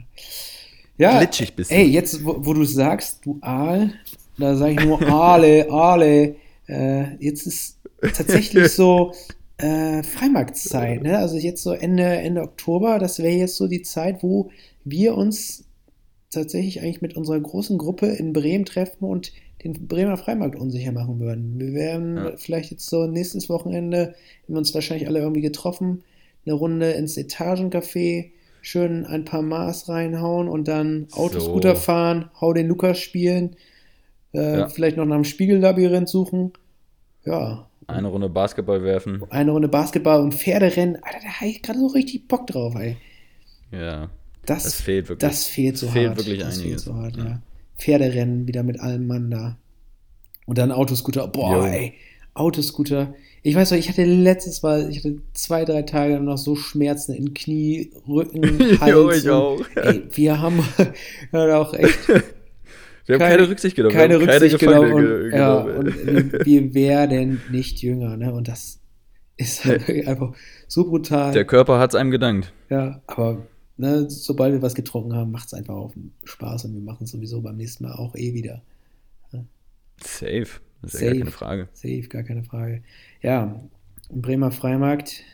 ja, Glitschig bist ey, du. jetzt, wo, wo du sagst, du Aal, da sage ich nur Aale, Aale. Äh, jetzt ist tatsächlich so äh, Freimarktzeit, ne? Also jetzt so Ende, Ende Oktober, das wäre jetzt so die Zeit, wo wir uns tatsächlich eigentlich mit unserer großen Gruppe in Bremen treffen und den Bremer Freimarkt unsicher machen würden. Wir werden Ja. vielleicht jetzt so nächstes Wochenende, haben wir uns wahrscheinlich alle irgendwie getroffen, eine Runde ins Etagencafé, schön ein paar Maß reinhauen und dann Autoscooter So. fahren, Hau den Lukas spielen, äh, Ja. vielleicht noch nach einem Spiegellabyrinth suchen. Ja, Eine Runde Basketball werfen. eine Runde Basketball und Pferderennen. Alter, da habe ich gerade so richtig Bock drauf, ey. Ja. Das, Das fehlt wirklich. das fehlt so Es fehlt hart. wirklich das fehlt einiges. so hart, Ja. ja. Pferderennen wieder mit allem Mann da. Und dann Autoscooter. Boah, Jo. ey. Autoscooter. Ich weiß noch, ich hatte letztes Mal, ich hatte zwei, drei Tage noch so Schmerzen in Knie, Rücken, Hals. Jo, ich und, auch. Ey, wir haben ja, auch echt Wir haben keine- keine Rücksicht genommen. keine wir haben Rücksicht keine genommen. Gefangene Und, ge ja, genommen. und wir, wir werden nicht jünger, ne? Und das ist halt wirklich einfach so brutal. Der Körper hat es einem gedankt. Ja, aber ne, sobald wir was getrunken haben, macht es einfach auch Spaß und wir machen es sowieso beim nächsten Mal auch eh wieder. Safe. Das ist ja Safe. gar keine Frage. Safe, gar keine Frage. Ja, im Bremer Freimarkt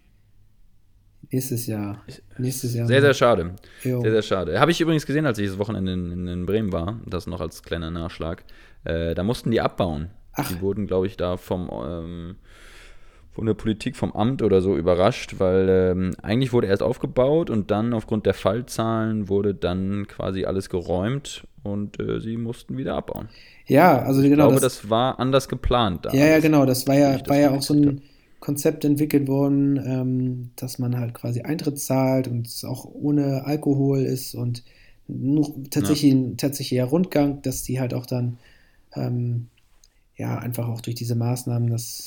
nächstes Jahr. Nächstes Jahr. Sehr, sehr schade. Jo. Sehr, sehr schade. Habe ich übrigens gesehen, als ich das Wochenende in, in, in Bremen war, das noch als kleiner Nachschlag. Äh, da mussten die abbauen. Ach. Die wurden, glaube ich, da vom ähm, von der Politik, vom Amt oder so überrascht, weil ähm, eigentlich wurde erst aufgebaut und dann aufgrund der Fallzahlen wurde dann quasi alles geräumt und äh, sie mussten wieder abbauen. Ja, also Ich genau. glaube, das, das war anders geplant da. ja, ja, alles. genau. Das war wie ja, ich das war ja auch so mitgekriegt ein Konzept entwickelt worden, ähm, dass man halt quasi Eintritt zahlt und es auch ohne Alkohol ist und nur tatsächlich ein tatsächlicher Rundgang, dass die halt auch dann ähm, ja einfach auch durch diese Maßnahmen das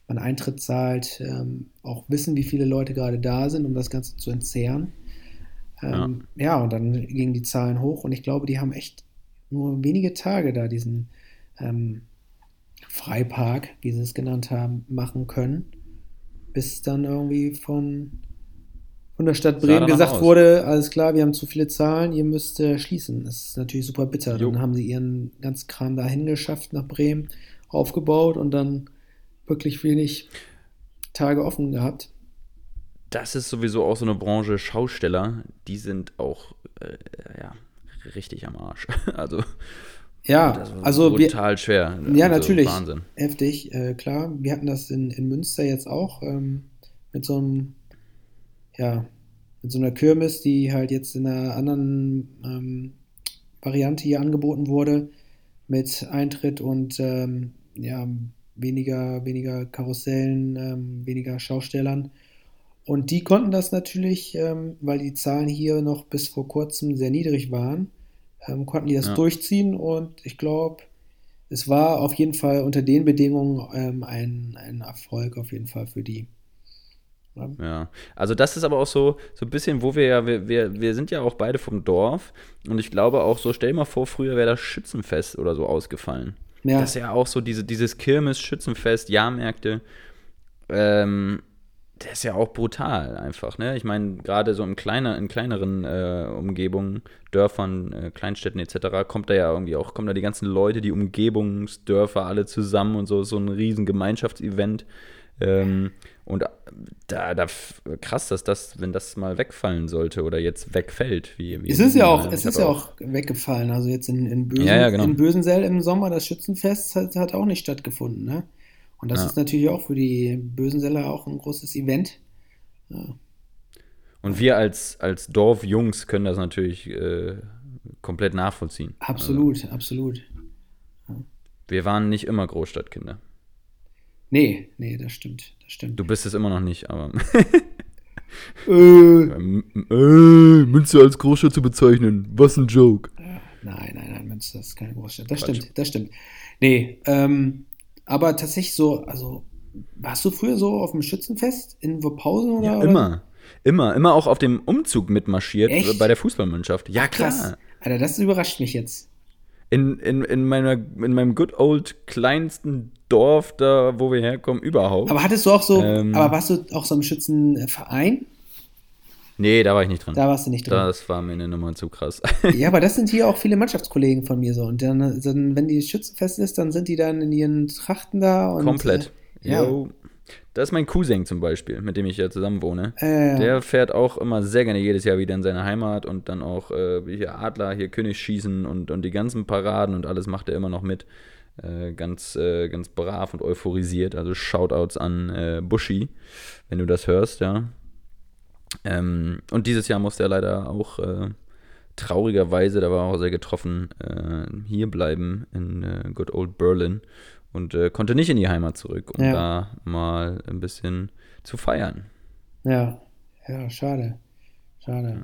man Eintritt zahlt, ähm, auch wissen, wie viele Leute gerade da sind, um das Ganze zu entzehren. Ähm, ja. ja, und dann gingen die Zahlen hoch und ich glaube, die haben echt nur wenige Tage da diesen ähm, Freipark, wie sie es genannt haben, machen können, bis dann irgendwie von, von der Stadt Bremen gesagt aus. wurde, alles klar, wir haben zu viele Zahlen, ihr müsst äh, schließen. Das ist natürlich super bitter. Jo. Dann haben sie ihren ganzen Kram dahin geschafft nach Bremen, aufgebaut und dann wirklich wenig Tage offen gehabt. Das ist sowieso auch so eine Branche, Schausteller, die sind auch äh, ja, richtig am Arsch. Also Ja, das war also wir, brutal schwer. ja, Also natürlich, Wahnsinn. heftig, äh, klar. Wir hatten das in, in Münster jetzt auch ähm, mit so einem, ja, mit so einer Kirmes, die halt jetzt in einer anderen ähm, Variante hier angeboten wurde, mit Eintritt und ähm, ja, weniger, weniger Karussellen, ähm, weniger Schaustellern. Und die konnten das natürlich, ähm, weil die Zahlen hier noch bis vor kurzem sehr niedrig waren, ähm, konnten die das Ja. durchziehen und ich glaube, es war auf jeden Fall unter den Bedingungen ähm, ein, ein Erfolg auf jeden Fall für die. Ja, Ja, also das ist aber auch so, so ein bisschen, wo wir ja, wir, wir, wir sind ja auch beide vom Dorf und ich glaube auch so, stell dir mal vor, früher wäre das Schützenfest oder so ausgefallen. ja, Das ist ja auch so diese, dieses Kirmes, Schützenfest, Jahrmärkte, ähm, das ist ja auch brutal einfach, ne? Ich meine, gerade so im kleiner, in kleineren äh, Umgebungen, Dörfern, äh, Kleinstädten et cetera, kommt da ja irgendwie auch, kommen da die ganzen Leute, die Umgebungsdörfer alle zusammen und so, so ein riesen Gemeinschaftsevent. Ähm, und da, da krass, dass das, wenn das mal wegfallen sollte oder jetzt wegfällt, wie, wie es in ist diesem ja Jahr. auch, es Ich ist hab ja auch weggefallen. Also jetzt in, in Bösen, Ja, ja, genau. in Bösensell im Sommer, das Schützenfest hat, hat auch nicht stattgefunden, ne? Und das Ja. ist natürlich auch für die Bösenseller auch ein großes Event. Ja, Und wir als, als Dorfjungs können das natürlich äh, komplett nachvollziehen. Also, absolut, absolut. wir waren nicht immer Großstadtkinder. Nee, nee, das stimmt, das stimmt. Du bist es immer noch nicht, aber Äh, Ähm, äh, Münster als Großstadt zu bezeichnen, was ein Joke. Nein, nein, nein, Münster ist keine Großstadt. Das Quatsch. stimmt, das stimmt. Nee, ähm, aber tatsächlich so, also warst du früher so auf dem Schützenfest in Wuppausen oder? Ja, oder? immer. Immer, immer auch auf dem Umzug mitmarschiert Echt? bei der Fußballmannschaft. Ja, Krass. klar. Alter, das überrascht mich jetzt. In, in, in, meiner, in meinem good old kleinsten Dorf, da wo wir herkommen, überhaupt. Aber hattest du auch so, Ähm. aber warst du auch so im Schützenverein? Nee, da war ich nicht drin. Da warst du nicht drin. Das war mir eine Nummer zu krass. Ja, aber das sind hier auch viele Mannschaftskollegen von mir so. Und dann, dann wenn die Schützenfest ist, dann sind die dann in ihren Trachten da und. Komplett. Äh, ja. Yo. Das ist mein Cousin zum Beispiel, mit dem ich ja zusammen wohne. Äh, Der fährt auch immer sehr gerne jedes Jahr wieder in seine Heimat und dann auch äh, hier Adler, hier Königsschießen und, und die ganzen Paraden und alles macht er immer noch mit. Äh, ganz, äh, ganz brav und euphorisiert. Also Shoutouts an äh, Buschi, wenn du das hörst, ja. Ähm, und dieses Jahr musste er leider auch äh, traurigerweise, da war er auch sehr getroffen, äh, hier bleiben in äh, good old Berlin und äh, konnte nicht in die Heimat zurück, um Ja. da mal ein bisschen zu feiern. ja, ja, schade. Schade.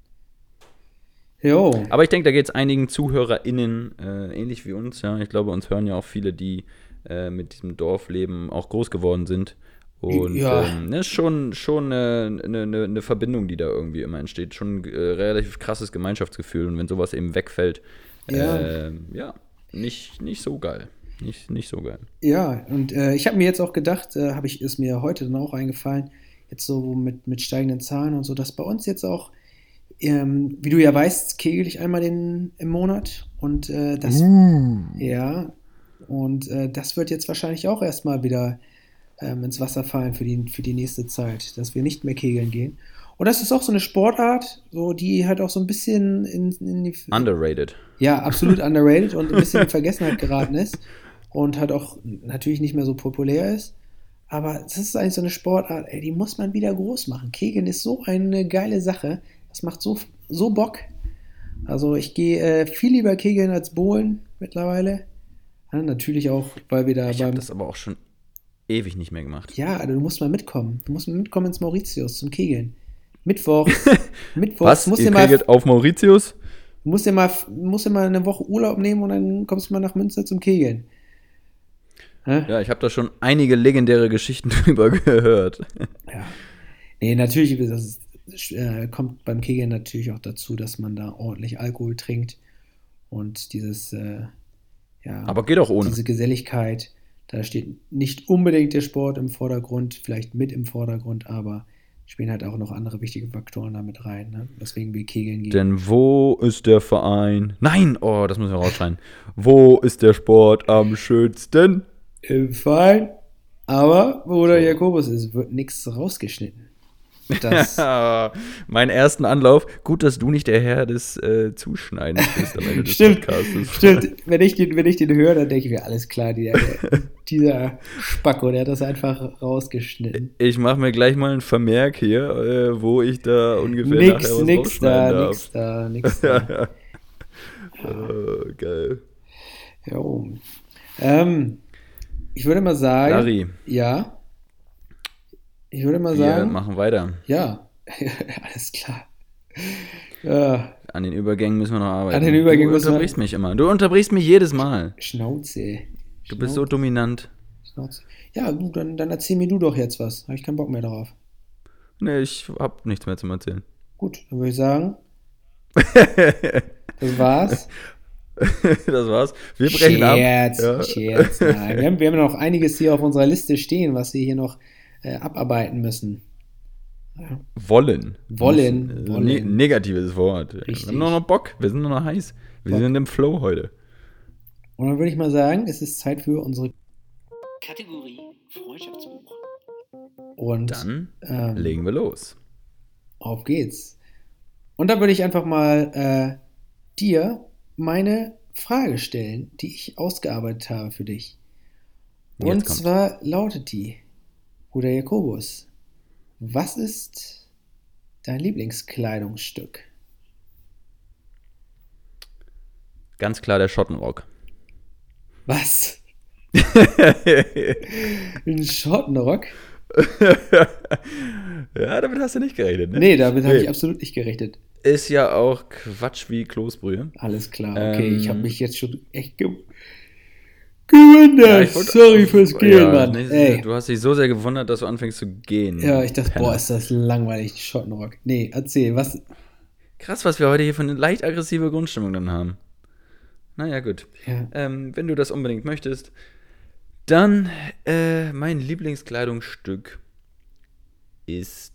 Jo. Aber ich denke, da geht es einigen ZuhörerInnen äh, ähnlich wie uns, ja. Ich glaube, uns hören ja auch viele, die äh, mit diesem Dorfleben auch groß geworden sind. Und Ja. ähm, das ist schon, schon eine, eine, eine Verbindung, die da irgendwie immer entsteht. Schon ein äh, relativ krasses Gemeinschaftsgefühl. Und wenn sowas eben wegfällt, Ja. äh, ja, nicht, nicht so geil. Nicht, nicht so geil. Ja, und äh, ich habe mir jetzt auch gedacht, äh, habe ich, ist mir heute dann auch eingefallen, jetzt so mit, mit steigenden Zahlen und so, dass bei uns jetzt auch, ähm, wie du ja weißt, kegel ich einmal den, im Monat und äh, das, ja, und äh, das wird jetzt wahrscheinlich auch erstmal wieder ähm, ins Wasser fallen für die, für die nächste Zeit, dass wir nicht mehr kegeln gehen. Und das ist auch so eine Sportart, so, die halt auch so ein bisschen in, in die, Underrated. ja, absolut underrated und ein bisschen in Vergessenheit geraten ist und halt auch natürlich nicht mehr so populär ist. Aber das ist eigentlich so eine Sportart, ey, die muss man wieder groß machen. Kegeln ist so eine geile Sache. Das macht so, so Bock. Also ich gehe äh, viel lieber kegeln als bowlen mittlerweile. Ja, natürlich auch, weil wir da Ich habe beim... das aber auch schon ewig nicht mehr gemacht. Ja, also du musst mal mitkommen. Du musst mal mitkommen ins Mauritius zum Kegeln. Mittwochs. Mittwochs. Was? Musst Ihr dir mal, kegelt auf Mauritius? musst dir mal, musst dir mal eine Woche Urlaub nehmen und dann kommst du mal nach Münster zum Kegeln. Hä? Ja, ich habe da schon einige legendäre Geschichten drüber gehört. Ja. Nee, natürlich, das ist, äh, kommt beim Kegeln natürlich auch dazu, dass man da ordentlich Alkohol trinkt und dieses, äh, ja, Aber geht auch ohne. diese Geselligkeit, da steht nicht unbedingt der Sport im Vordergrund, vielleicht mit im Vordergrund, aber spielen halt auch noch andere wichtige Faktoren damit rein, ne? Weswegen wir Kegeln gehen. Denn wo ist der Verein? Nein, oh, das müssen wir rausschreien. Wo ist der Sport am schönsten? Im Verein, aber wo der Jakobus ist, wird nichts rausgeschnitten. Das Meinen ersten Anlauf. Gut, dass du nicht der Herr des äh, Zuschneidens bist am Ende des Stimmt, Podcasts. stimmt. Wenn ich den, wenn ich den höre, dann denke ich mir, alles klar, der, dieser Spacko, der hat das einfach rausgeschnitten. Ich mache mir gleich mal einen Vermerk hier, äh, wo ich da ungefähr Nix, nachher was nix da, rausschneiden nix da, nix da. darf. Oh, geil. Jo. Ähm, ich würde mal sagen, Larry, ja. Ich würde mal wir sagen, machen weiter. ja, alles klar. Ja, An den Übergängen müssen wir noch arbeiten. An den Übergängen du müssen wir- unterbrichst mich immer. Du unterbrichst mich jedes Mal. Schnauze. Du bist so dominant. Schnauze. Ja, gut, dann, dann erzähl mir du doch jetzt was. Habe ich keinen Bock mehr darauf. Nee, ich hab nichts mehr zum Erzählen. Gut, dann würde ich sagen, das war's. Das war's. Wir brechen ab. Scherz, Ja. Scherz. Nein. Wir haben, wir haben noch einiges hier auf unserer Liste stehen, was wir hier noch äh, abarbeiten müssen. Ja. Wollen. Wollen, Das ist ein wollen. Ne negatives Wort. Richtig. Wir haben nur noch Bock. Wir sind nur noch heiß. Wir Bock. sind im Flow heute. Und dann würde ich mal sagen, es ist Zeit für unsere Kategorie Freundschaftsbuch. Und Dann ähm, legen wir los. auf geht's. Und dann würde ich einfach mal äh, dir meine Frage stellen, die ich ausgearbeitet habe für dich. Jetzt Und kommt's. zwar lautet die, Bruder Jakobus, was ist dein Lieblingskleidungsstück? Ganz klar der Schottenrock. Was? Ein Schottenrock? Ja, damit hast du nicht gerechnet, ne? Nee, damit habe Nee. ich absolut nicht gerechnet. Ist ja auch Quatsch wie Kloßbrühe. Alles klar, okay, Ähm, ich habe mich jetzt schon echt ge gewundert. ich wollte- Sorry fürs Gehen, Ja, Mann. nee, Ey. Du hast dich so sehr gewundert, dass du anfängst zu gehen. Ja, ich dachte, Penner. boah, ist das langweilig, Schottenrock. Nee, erzähl, was? Krass, was wir heute hier für eine leicht aggressive Grundstimmung dann haben. Naja, gut. Ja. Ähm, wenn du das unbedingt möchtest, dann äh, mein Lieblingskleidungsstück ist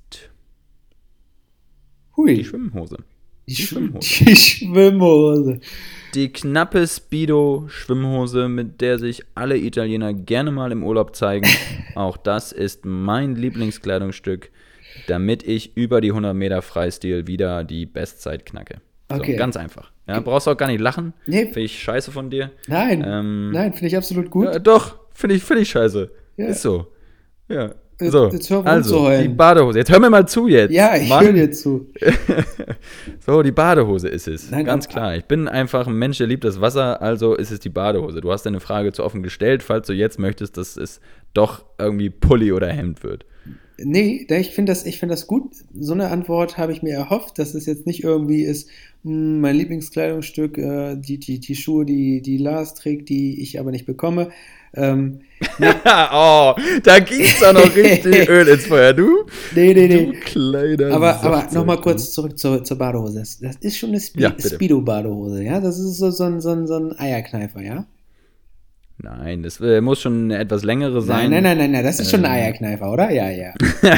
Hui. die Schwimmhose. Die, Die Schwimmhose. Schwimmhose. Die Schwimmhose. Die knappe Speedo-Schwimmhose, mit der sich alle Italiener gerne mal im Urlaub zeigen. Auch das ist mein Lieblingskleidungsstück, damit ich über die hundert Meter Freistil wieder die Bestzeit knacke. So, Okay. ganz einfach. Ja, brauchst auch gar nicht lachen. Nee. Finde ich scheiße von dir. Nein, Ähm, nein, finde ich absolut gut. Ja, doch, finde ich, find ich scheiße. Ja. Ist so. Ja. Jetzt- So, jetzt hör auf also, rumzuheulen. die Badehose. Jetzt hör mir mal zu jetzt. Ja, ich Mann. höre dir zu. So, die Badehose ist es. Nein, Ganz aber- klar. Ich bin einfach ein Mensch, der liebt das Wasser, also ist es die Badehose. Du hast deine Frage zu offen gestellt, falls du jetzt möchtest, dass es doch irgendwie Pulli oder Hemd wird. Nee, da- ich finde das, ich find das gut. So eine Antwort habe ich mir erhofft, dass es jetzt nicht irgendwie ist, hm, mein Lieblingskleidungsstück, äh, die, die, die Schuhe, die, die Lars trägt, die ich aber nicht bekomme. Ähm, oh, da gießt doch noch richtig Öl ins Feuer. Du? nee, nee, Du nee. kleiner Aber, aber Saftsack, nochmal du. kurz zurück zur, zur Badehose. Das, das ist schon eine Spe Ja, bitte. Speedo-Badehose, ja? Das ist so, so, ein, so, ein, so ein Eierkneifer, ja? Nein, das äh, muss schon eine etwas längere sein. Nein, nein, nein, nein, nein, das ist schon ein Ähm. Eierkneifer, oder? Ja, ja.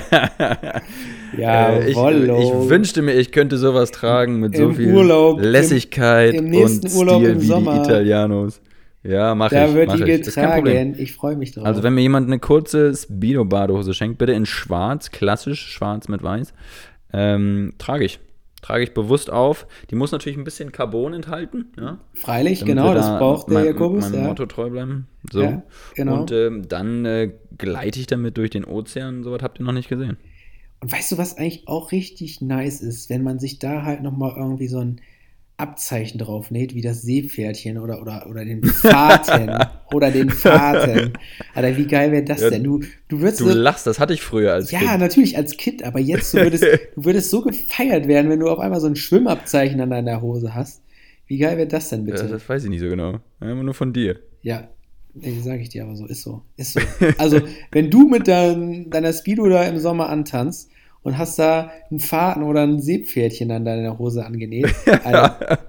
Äh, ich, Jawollo. ich wünschte mir, ich könnte sowas tragen mit so Im viel Urlaub, Lässigkeit im- im nächsten und Urlaub Stil im wie Sommer. die Italianos. Ja, mach Da ich. wird mach die ich. Das ist kein Problem. getragen. Ich freue mich drauf. Also wenn mir jemand eine kurze Speedo-Badehose schenkt, bitte in schwarz, klassisch schwarz mit weiß, ähm, trage ich. Trage ich bewusst auf. Die muss natürlich ein bisschen Carbon enthalten, ja. Freilich, Damit genau, wir das da braucht der mein- Jakobus, meinem ja. Motto treu bleiben. So. Ja, genau. Und ähm, dann äh, gleite ich damit durch den Ozean. So was habt ihr noch nicht gesehen. Und weißt du, was eigentlich auch richtig nice ist, wenn man sich da halt nochmal irgendwie so ein Abzeichen drauf näht, wie das Seepferdchen oder, oder, oder den Fahrten oder den Fahrten. Alter, wie geil wäre das Ja, denn? Du, du würdest Du so, lachst, das hatte ich früher als ja, Kind. natürlich als Kind, aber jetzt, du würdest, du würdest so gefeiert werden, wenn du auf einmal so ein Schwimmabzeichen an deiner Hose hast. Wie geil wäre das denn Ja, bitte? das weiß ich nicht so genau. Einfach nur von dir. Ja, Nee, sag ich dir aber so, ist so, ist so. Also, wenn du mit dein, deiner Speedo da im Sommer antanzt und hast da einen Faden oder ein Seepferdchen an deiner Hose angenäht, Alter,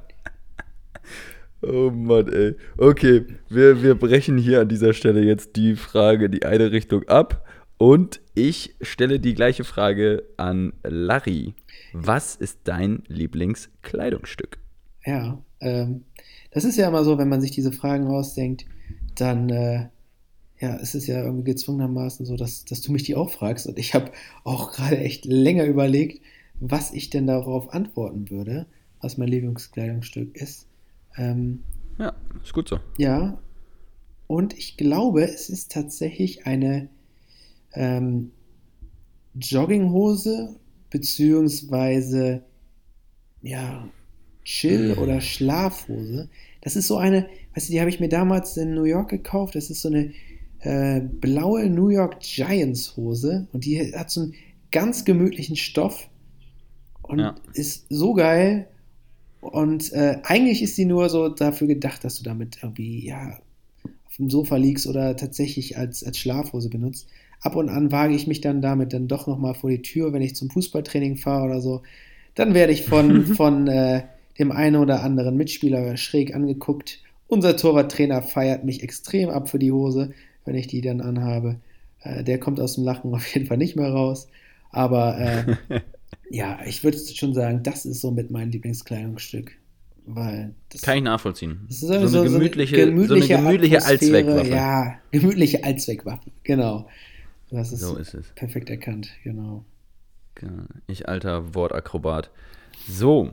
Oh Mann, ey. Okay, wir, wir brechen hier an dieser Stelle jetzt die Frage in die eine Richtung ab und ich stelle die gleiche Frage an Larry. Was ist dein Lieblingskleidungsstück? ja, ähm, das ist ja immer so, wenn man sich diese Fragen ausdenkt, dann, äh, ja, es ist ja irgendwie gezwungenermaßen so, dass, dass du mich die auch fragst. Und ich habe auch gerade echt länger überlegt, was ich denn darauf antworten würde, was mein Lieblingskleidungsstück ist. Ähm, Ja, ist gut so. ja, und ich glaube, es ist tatsächlich eine ähm, Jogginghose, beziehungsweise, ja, Chill- oder Schlafhose. Das ist so eine, weißt du, die habe ich mir damals in New York gekauft. Das ist so eine äh, blaue New York Giants Hose und die hat so einen ganz gemütlichen Stoff und Ja. ist so geil. Und äh, eigentlich ist die nur so dafür gedacht, dass du damit irgendwie, ja, auf dem Sofa liegst oder tatsächlich als, als Schlafhose benutzt. Ab und an wage ich mich dann damit dann doch nochmal vor die Tür, wenn ich zum Fußballtraining fahre oder so. Dann werde ich von, von äh, dem einen oder anderen Mitspieler schräg angeguckt. Unser Torwarttrainer feiert mich extrem ab für die Hose, wenn ich die dann anhabe. Äh, der kommt aus dem Lachen auf jeden Fall nicht mehr raus. Aber äh, ja, ich würde schon sagen, das ist so mit meinem Lieblingskleidungsstück. Weil das, Kann ich nachvollziehen. das ist So eine gemütliche, so eine gemütliche Atmosphäre, Allzweckwaffe. Ja, gemütliche Allzweckwaffe, genau. Das ist So ist es. perfekt erkannt, genau. Genau. Ich alter Wortakrobat. So,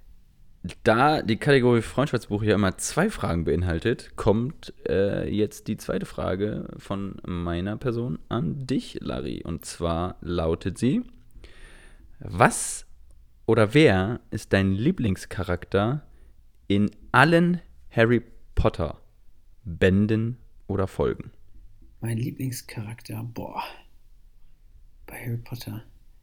da die Kategorie Freundschaftsbuch ja immer zwei Fragen beinhaltet, kommt äh, jetzt die zweite Frage von meiner Person an dich, Larry. Und zwar lautet sie: Was oder wer ist dein Lieblingscharakter in allen Harry Potter Bänden oder Folgen? Mein Lieblingscharakter, boah, bei Harry Potter.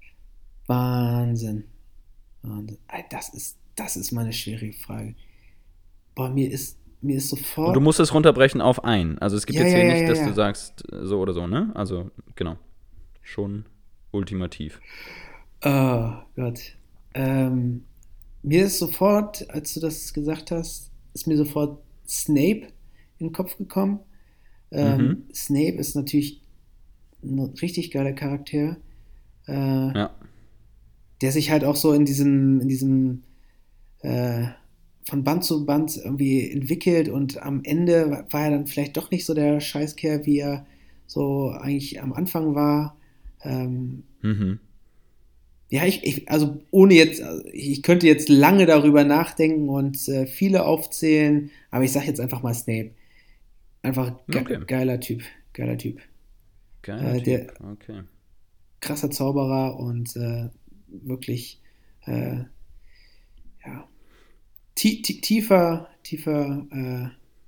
Wahnsinn. Wahnsinn. Ey, Das ist, das ist mal eine schwierige Frage. Boah, mir ist, mir ist Und sofort. du musst es runterbrechen auf ein. Also es gibt Ja, jetzt ja, hier ja, nicht, ja, dass ja. du sagst so oder so, ne? Also, genau. Schon ultimativ. Oh Gott. Ähm, mir ist sofort, als du das gesagt hast, ist mir sofort Snape in den Kopf gekommen. Ähm, Mhm. Snape ist natürlich ein richtig geiler Charakter, äh, Ja. der sich halt auch so in diesem, in diesem äh, von Band zu Band irgendwie entwickelt und am Ende war er dann vielleicht doch nicht so der Scheißkerl, wie er so eigentlich am Anfang war. Ähm, Mhm. ja, ich, ich, also ohne jetzt, also ich könnte jetzt lange darüber nachdenken und äh, viele aufzählen, aber ich sag jetzt einfach mal Snape. Einfach ge Okay. geiler Typ, geiler Typ. Geiler Äh, der Typ. Okay. krasser Zauberer und äh, wirklich, äh, ja, tie tie tiefer, tiefer, äh,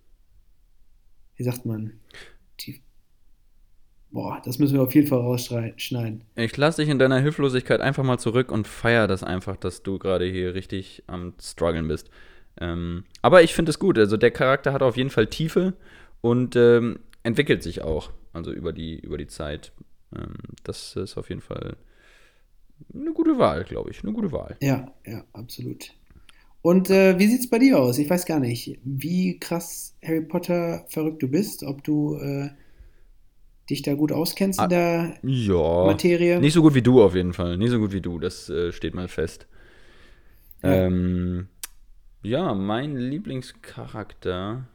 wie sagt man, tief, boah, das müssen wir auf jeden Fall rausschneiden. Ich lasse dich in deiner Hilflosigkeit einfach mal zurück und feier das einfach, dass du gerade hier richtig am struggeln bist. Ähm, aber ich finde es gut. Also der Charakter hat auf jeden Fall Tiefe und ähm, entwickelt sich auch. Also über die, über die Zeit. Ähm, das ist auf jeden Fall eine gute Wahl, glaube ich. Eine gute Wahl. Ja, ja, absolut. Und äh, wie sieht's bei dir aus? Ich weiß gar nicht, wie krass Harry Potter verrückt du bist, ob du äh, dich da gut auskennst in Ah, der ja, Materie. nicht so gut wie du auf jeden Fall. Nicht so gut wie du, das äh, steht mal fest. Ja, Ähm, ja, mein Lieblingscharakter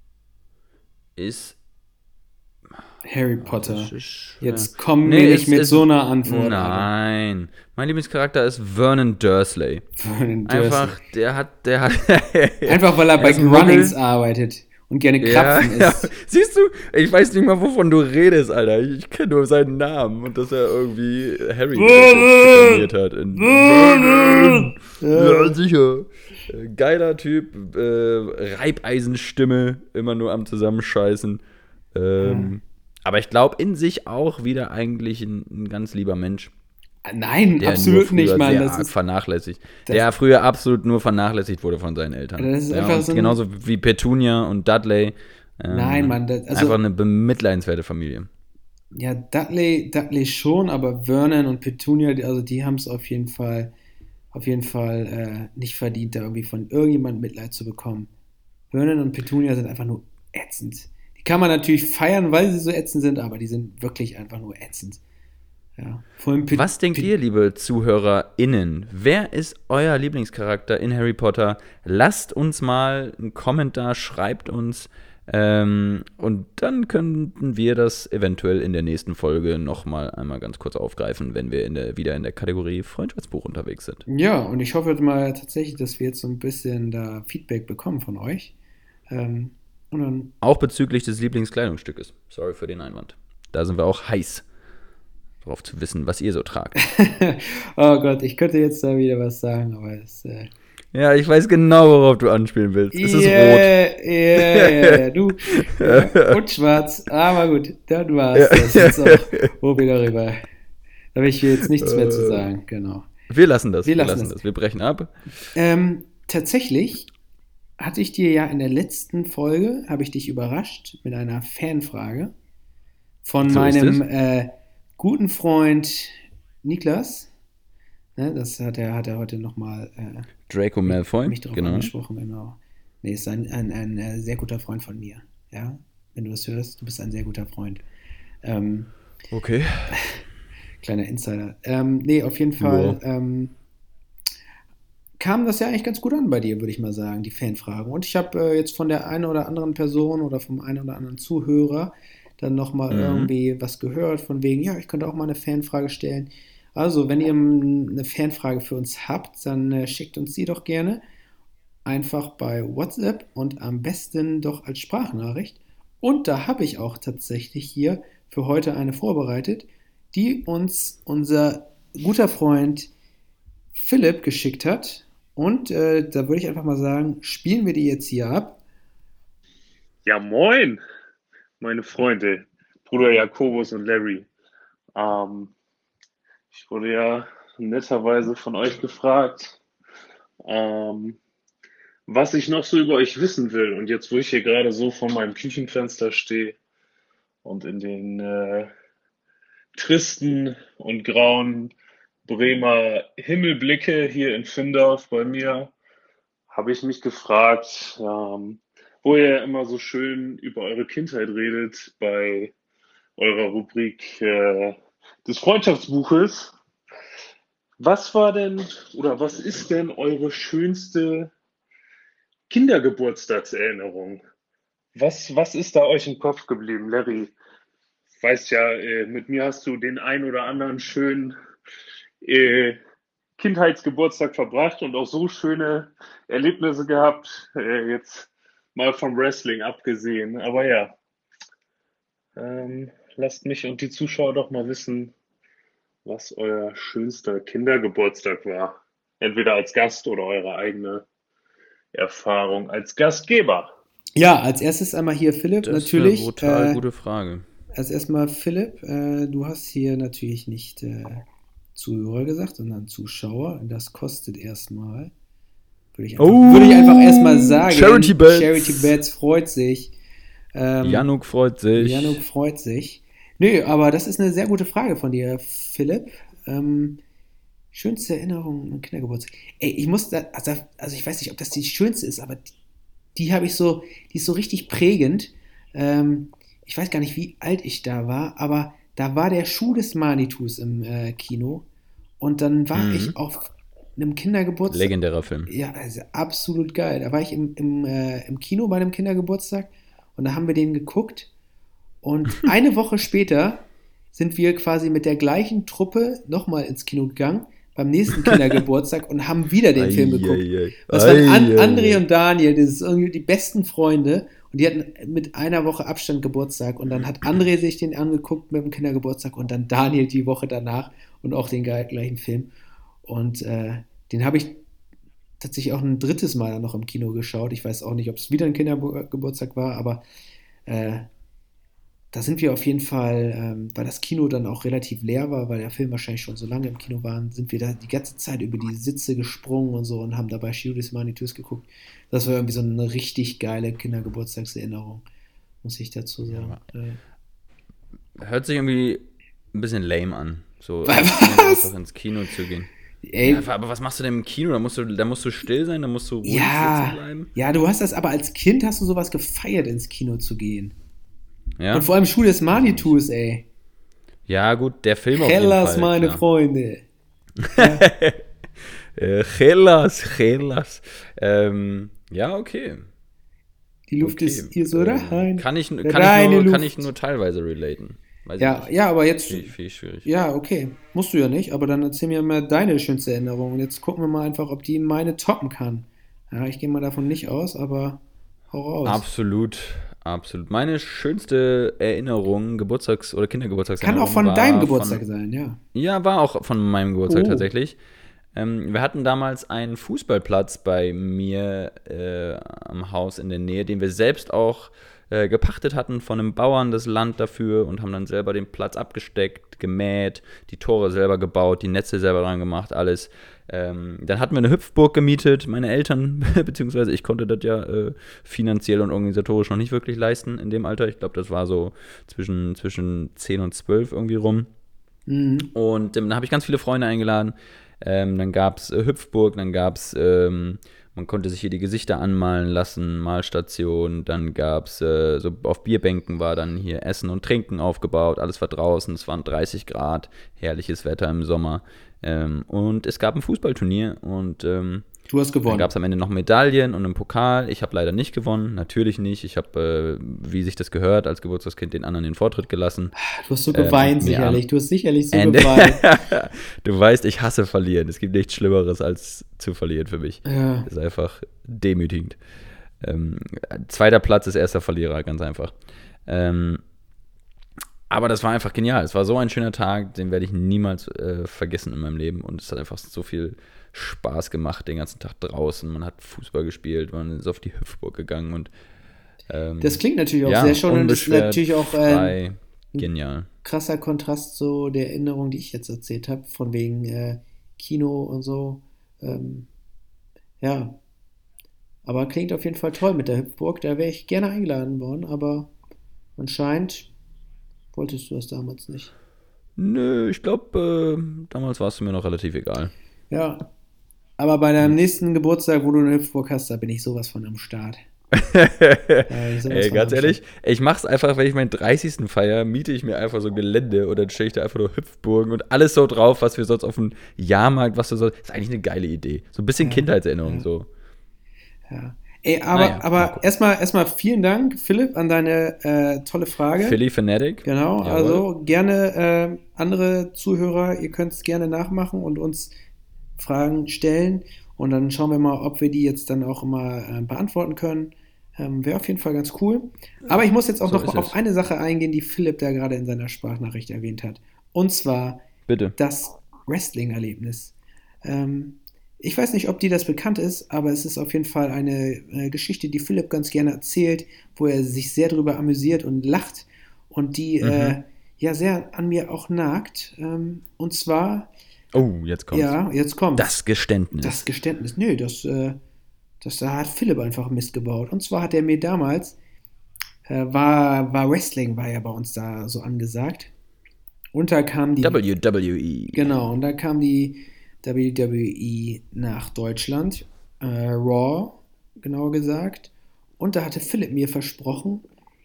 ist. Harry Das Potter. ist schwer. Jetzt komm Nee, mir nicht es mit ist. so einer Antwort, Alter. Nein. Mein Lieblingscharakter ist Vernon Dursley. Vernon Einfach, der hat, der hat. Einfach weil er Er bei ist ein Grunnings Muggel. arbeitet und gerne Ja, Krapfen ja. isst. Siehst du, ich weiß nicht mal, wovon du redest, Alter. Ich, ich kenne nur seinen Namen und dass er irgendwie Harry schikaniert hat. In Vernon! Ja, sicher. Äh, Geiler Typ, äh, Reibeisenstimme, immer nur am Zusammenscheißen. Ähm, aber ich glaube, in sich auch wieder eigentlich ein, ein ganz lieber Mensch, Nein, der nur absolut früher nicht, Mann. sehr Das arg ist, vernachlässigt. das, Der früher absolut nur vernachlässigt wurde von seinen Eltern. das ist Ja, einfach und so ein. genauso wie Petunia und Dudley. Ähm, Nein, Mann, das, also einfach eine bemitleidenswerte Familie. ja, Dudley, Dudley schon, aber Vernon und Petunia, die- also die haben es auf jeden Fall, auf jeden Fall äh, nicht verdient, da irgendwie von irgendjemandem Mitleid zu bekommen. Vernon und Petunia sind einfach nur ätzend. Die kann man natürlich feiern, weil sie so ätzend sind, aber die sind wirklich einfach nur ätzend. Ja. Vor allem Pet Was denkt Pet ihr, liebe ZuhörerInnen? Wer ist euer Lieblingscharakter in Harry Potter? Lasst uns mal einen Kommentar, schreibt uns. Ähm, und dann könnten wir das eventuell in der nächsten Folge nochmal einmal ganz kurz aufgreifen, wenn wir in der, wieder in der Kategorie Freundschaftsbuch unterwegs sind. Ja, und ich hoffe jetzt mal tatsächlich, dass wir jetzt so ein bisschen da Feedback bekommen von euch. Ähm, und dann, Auch bezüglich des Lieblingskleidungsstückes. Sorry für den Einwand. Da sind wir auch heiß drauf zu wissen, was ihr so tragt. oh Gott, ich könnte jetzt da wieder was sagen, aber es, äh, Ja, ich weiß genau, worauf du anspielen willst. Es ist yeah, rot. yeah, yeah, du, ja, und schwarz, aber gut, dann war's das jetzt auch, wo wir darüber, da habe ich jetzt nichts mehr zu sagen, genau. Wir lassen das. Wir Wir lassen lassen das. das. Wir brechen ab. Ähm, tatsächlich hatte ich dir ja in der letzten Folge, habe ich dich überrascht mit einer Fanfrage von So ist meinem es. äh, guten Freund Niklas. Ne, das hat er, hat er heute nochmal äh, Draco Malfoy. mich darauf Genau. angesprochen. Genau. Nee, ist ein, ein, ein äh, sehr guter Freund von mir. Ja, wenn du das hörst, du bist ein sehr guter Freund. Ähm, Okay. kleiner Insider. Ähm, nee, auf jeden Fall ähm, kam das ja eigentlich ganz gut an bei dir, würde ich mal sagen, die Fanfragen. Und ich habe äh, jetzt von der einen oder anderen Person oder vom einen oder anderen Zuhörer dann nochmal Mhm. irgendwie was gehört, von wegen, ja, ich könnte auch mal eine Fanfrage stellen. Also, wenn ihr m, eine Fanfrage für uns habt, dann äh, schickt uns die doch gerne einfach bei WhatsApp und am besten doch als Sprachnachricht. Und da habe ich auch tatsächlich hier für heute eine vorbereitet, die uns unser guter Freund Philipp geschickt hat. Und äh, da würde ich einfach mal sagen, spielen wir die jetzt hier ab. Ja, moin, meine Freunde, Bruder Jakobus und Larry. Ähm, ich wurde ja netterweise von euch gefragt, ähm, was ich noch so über euch wissen will. Und jetzt, wo ich hier gerade so vor meinem Küchenfenster stehe und in den äh, tristen und grauen Bremer Himmel blicke hier in Findorf bei mir, habe ich mich gefragt, ähm, wo ihr ja immer so schön über eure Kindheit redet bei eurer Rubrik äh, des Freundschaftsbuches. Was war denn oder was ist denn eure schönste Kindergeburtstagserinnerung? Was, was ist da euch im Kopf geblieben, Larry? Weißt ja, äh, mit mir hast du den ein oder anderen schönen äh, Kindheitsgeburtstag verbracht und auch so schöne Erlebnisse gehabt, äh, jetzt mal vom Wrestling abgesehen. Aber ja, ähm, lasst mich und die Zuschauer doch mal wissen, was euer schönster Kindergeburtstag war. Entweder als Gast oder eure eigene Erfahrung als Gastgeber. Ja, als erstes einmal hier Philipp, Das natürlich. ist eine brutal äh, gute Frage. Als erstmal Philipp, äh, du hast hier natürlich nicht äh, Zuhörer gesagt, sondern Zuschauer. Das kostet erstmal. Würde ich einfach, Oh, würde ich einfach erstmal sagen. Charity Bets. Charity Bets freut sich. Ähm, Januk freut sich. Januk freut sich. Nö, aber das ist eine sehr gute Frage von dir, Philipp. Ähm, schönste Erinnerung an Kindergeburtstag. Ey, ich muss da, also, also ich weiß nicht, ob das die schönste ist, aber die, die habe ich so, die ist so richtig prägend. Ähm, ich weiß gar nicht, wie alt ich da war, aber da war der Schuh des Manitus im äh, Kino und dann war Mhm. ich auf einem Kindergeburtstag. Legendärer Film. Ja, also absolut geil. Da war ich im, im, äh, im Kino bei einem Kindergeburtstag und da haben wir den geguckt und eine Woche später sind wir quasi mit der gleichen Truppe nochmal ins Kino gegangen beim nächsten Kindergeburtstag und haben wieder den Film geguckt. Eieiei. Das waren An Eieiei. André und Daniel, das ist irgendwie die besten Freunde und die hatten mit einer Woche Abstand Geburtstag und dann hat André sich den angeguckt mit dem Kindergeburtstag und dann Daniel die Woche danach und auch den ge- gleichen Film und äh, den habe ich tatsächlich auch ein drittes Mal dann noch im Kino geschaut. Ich weiß auch nicht, ob es wieder ein Kindergeburtstag war, aber äh, da sind wir auf jeden Fall, ähm, weil das Kino dann auch relativ leer war, weil der Film wahrscheinlich schon so lange im Kino war, sind wir da die ganze Zeit über die Sitze gesprungen und so und haben dabei Schuh des Manitus geguckt. Das war irgendwie so eine richtig geile Kindergeburtstagserinnerung. muss ich dazu sagen. Äh, Hört sich irgendwie ein bisschen lame an, so Was? einfach ins Kino zu gehen. ey, Ja, aber was machst du denn im Kino? Da musst du, da musst du still sein, da musst du ruhig sitzen ja, bleiben. ja, du hast das, aber als Kind hast du sowas gefeiert, ins Kino zu gehen. Ja, Und vor allem Schule des Manitus, ey. ja gut, der Film auf jeden Hellas, Fall. meine klar. Freunde. Äh, Hellas, Hellas. Ähm, ja, okay. Die Luft okay. ist hier so Ähm, rein. Kann ich, kann, Reine ich nur, Luft. kann ich nur teilweise relaten. Weiß Ja, ich nicht. ja, aber jetzt, Finde ich, finde ich schwierig. ja, okay, musst du ja nicht, aber dann erzähl mir mal deine schönste Erinnerung. Und jetzt gucken wir mal einfach, ob die meine toppen kann. Ja, ich gehe mal davon nicht aus, aber hau raus. Absolut, absolut. Meine schönste Erinnerung, Geburtstags- oder Kann Kindergeburtstagserinnerung auch von war deinem Geburtstag von, sein, ja. Ja, war auch von meinem Geburtstag Oh. tatsächlich. Ähm, wir hatten damals einen Fußballplatz bei mir äh, am Haus in der Nähe, den wir selbst auch äh, gepachtet hatten von einem Bauern das Land dafür und haben dann selber den Platz abgesteckt, gemäht, die Tore selber gebaut, die Netze selber dran gemacht, alles. Ähm, dann hatten wir eine Hüpfburg gemietet, meine Eltern, beziehungsweise ich konnte das ja äh, finanziell und organisatorisch noch nicht wirklich leisten in dem Alter. Ich glaube, das war so zwischen, zwischen zehn und zwölf irgendwie rum. Mhm. Und ähm, dann habe ich ganz viele Freunde eingeladen. Ähm, dann gab es äh, Hüpfburg, dann gab es, ähm, man konnte sich hier die Gesichter anmalen lassen, Malstation. Dann gab es, äh, so auf Bierbänken war dann hier Essen und Trinken aufgebaut. Alles war draußen, es waren dreißig Grad, herrliches Wetter im Sommer. Ähm, und es gab ein Fußballturnier und ähm, Du hast dann gewonnen. gab es am Ende noch Medaillen und einen Pokal. Ich habe leider nicht gewonnen, natürlich nicht. Ich habe, äh, wie sich das gehört, als Geburtstagskind den anderen den Vortritt gelassen. Du hast so ähm, geweint, mir sicherlich. am Du hast sicherlich so Ende. geweint. Du weißt, ich hasse verlieren. Es gibt nichts Schlimmeres als zu verlieren für mich. Ja. Das ist einfach demütigend. Ähm, zweiter Platz ist erster Verlierer, ganz einfach. Ähm, aber das war einfach genial. Es war so ein schöner Tag, den werde ich niemals äh, vergessen in meinem Leben. Und es hat einfach so viel Spaß gemacht, den ganzen Tag draußen. Man hat Fußball gespielt, man ist auf die Hüpfburg gegangen und ähm, Das klingt natürlich auch ja, sehr schön und das ist unbeschwert, natürlich auch ein frei, genial. krasser Kontrast zu der Erinnerung, die ich jetzt erzählt habe, von wegen äh, Kino und so. Ähm, ja, aber klingt auf jeden Fall toll mit der Hüpfburg. Da wäre ich gerne eingeladen worden, aber anscheinend wolltest du das damals nicht. Nö, ich glaube, äh, damals war es mir noch relativ egal. Ja, aber bei deinem nächsten Geburtstag, wo du eine Hüpfburg hast, da bin ich sowas von am Start. bin ich sowas Ey, von ganz am ehrlich, ich mach's einfach, wenn ich meinen dreißigsten feier, miete ich mir einfach so ein Gelände und dann stelle ich da einfach nur Hüpfburgen und alles so drauf, was wir sonst auf dem Jahrmarkt, was du so. Ist eigentlich eine geile Idee. So ein bisschen Ja, Kindheitserinnerung, ja. so. Ja. Ey, aber, Naja, mal aber gucken. erstmal erstmal vielen Dank, Philipp, an deine äh, tolle Frage. Philly Fanatic. Genau, Jawohl. also gerne äh, andere Zuhörer, ihr könnt es gerne nachmachen und uns Fragen stellen und dann schauen wir mal, ob wir die jetzt dann auch immer äh, beantworten können. Ähm, Wäre auf jeden Fall ganz cool. Aber ich muss jetzt auch So noch ist auf es. eine Sache eingehen, die Philipp da gerade in seiner Sprachnachricht erwähnt hat. Und zwar Bitte. das Wrestling-Erlebnis. Ähm, ich weiß nicht, ob dir das bekannt ist, aber es ist auf jeden Fall eine äh, Geschichte, die Philipp ganz gerne erzählt, wo er sich sehr drüber amüsiert und lacht und die Mhm. äh, ja sehr an mir auch nagt. Ähm, und zwar, Oh, jetzt kommt's. ja, jetzt kommt Das Geständnis. das Geständnis. Nö, das, äh, das da hat Philipp einfach Mist gebaut. Und zwar hat er mir damals, äh, war, war Wrestling, war ja bei uns da so angesagt. Und da kam die. W W E. Genau, und da kam die W W E nach Deutschland, äh, Raw, genauer gesagt. Und da hatte Philipp mir versprochen,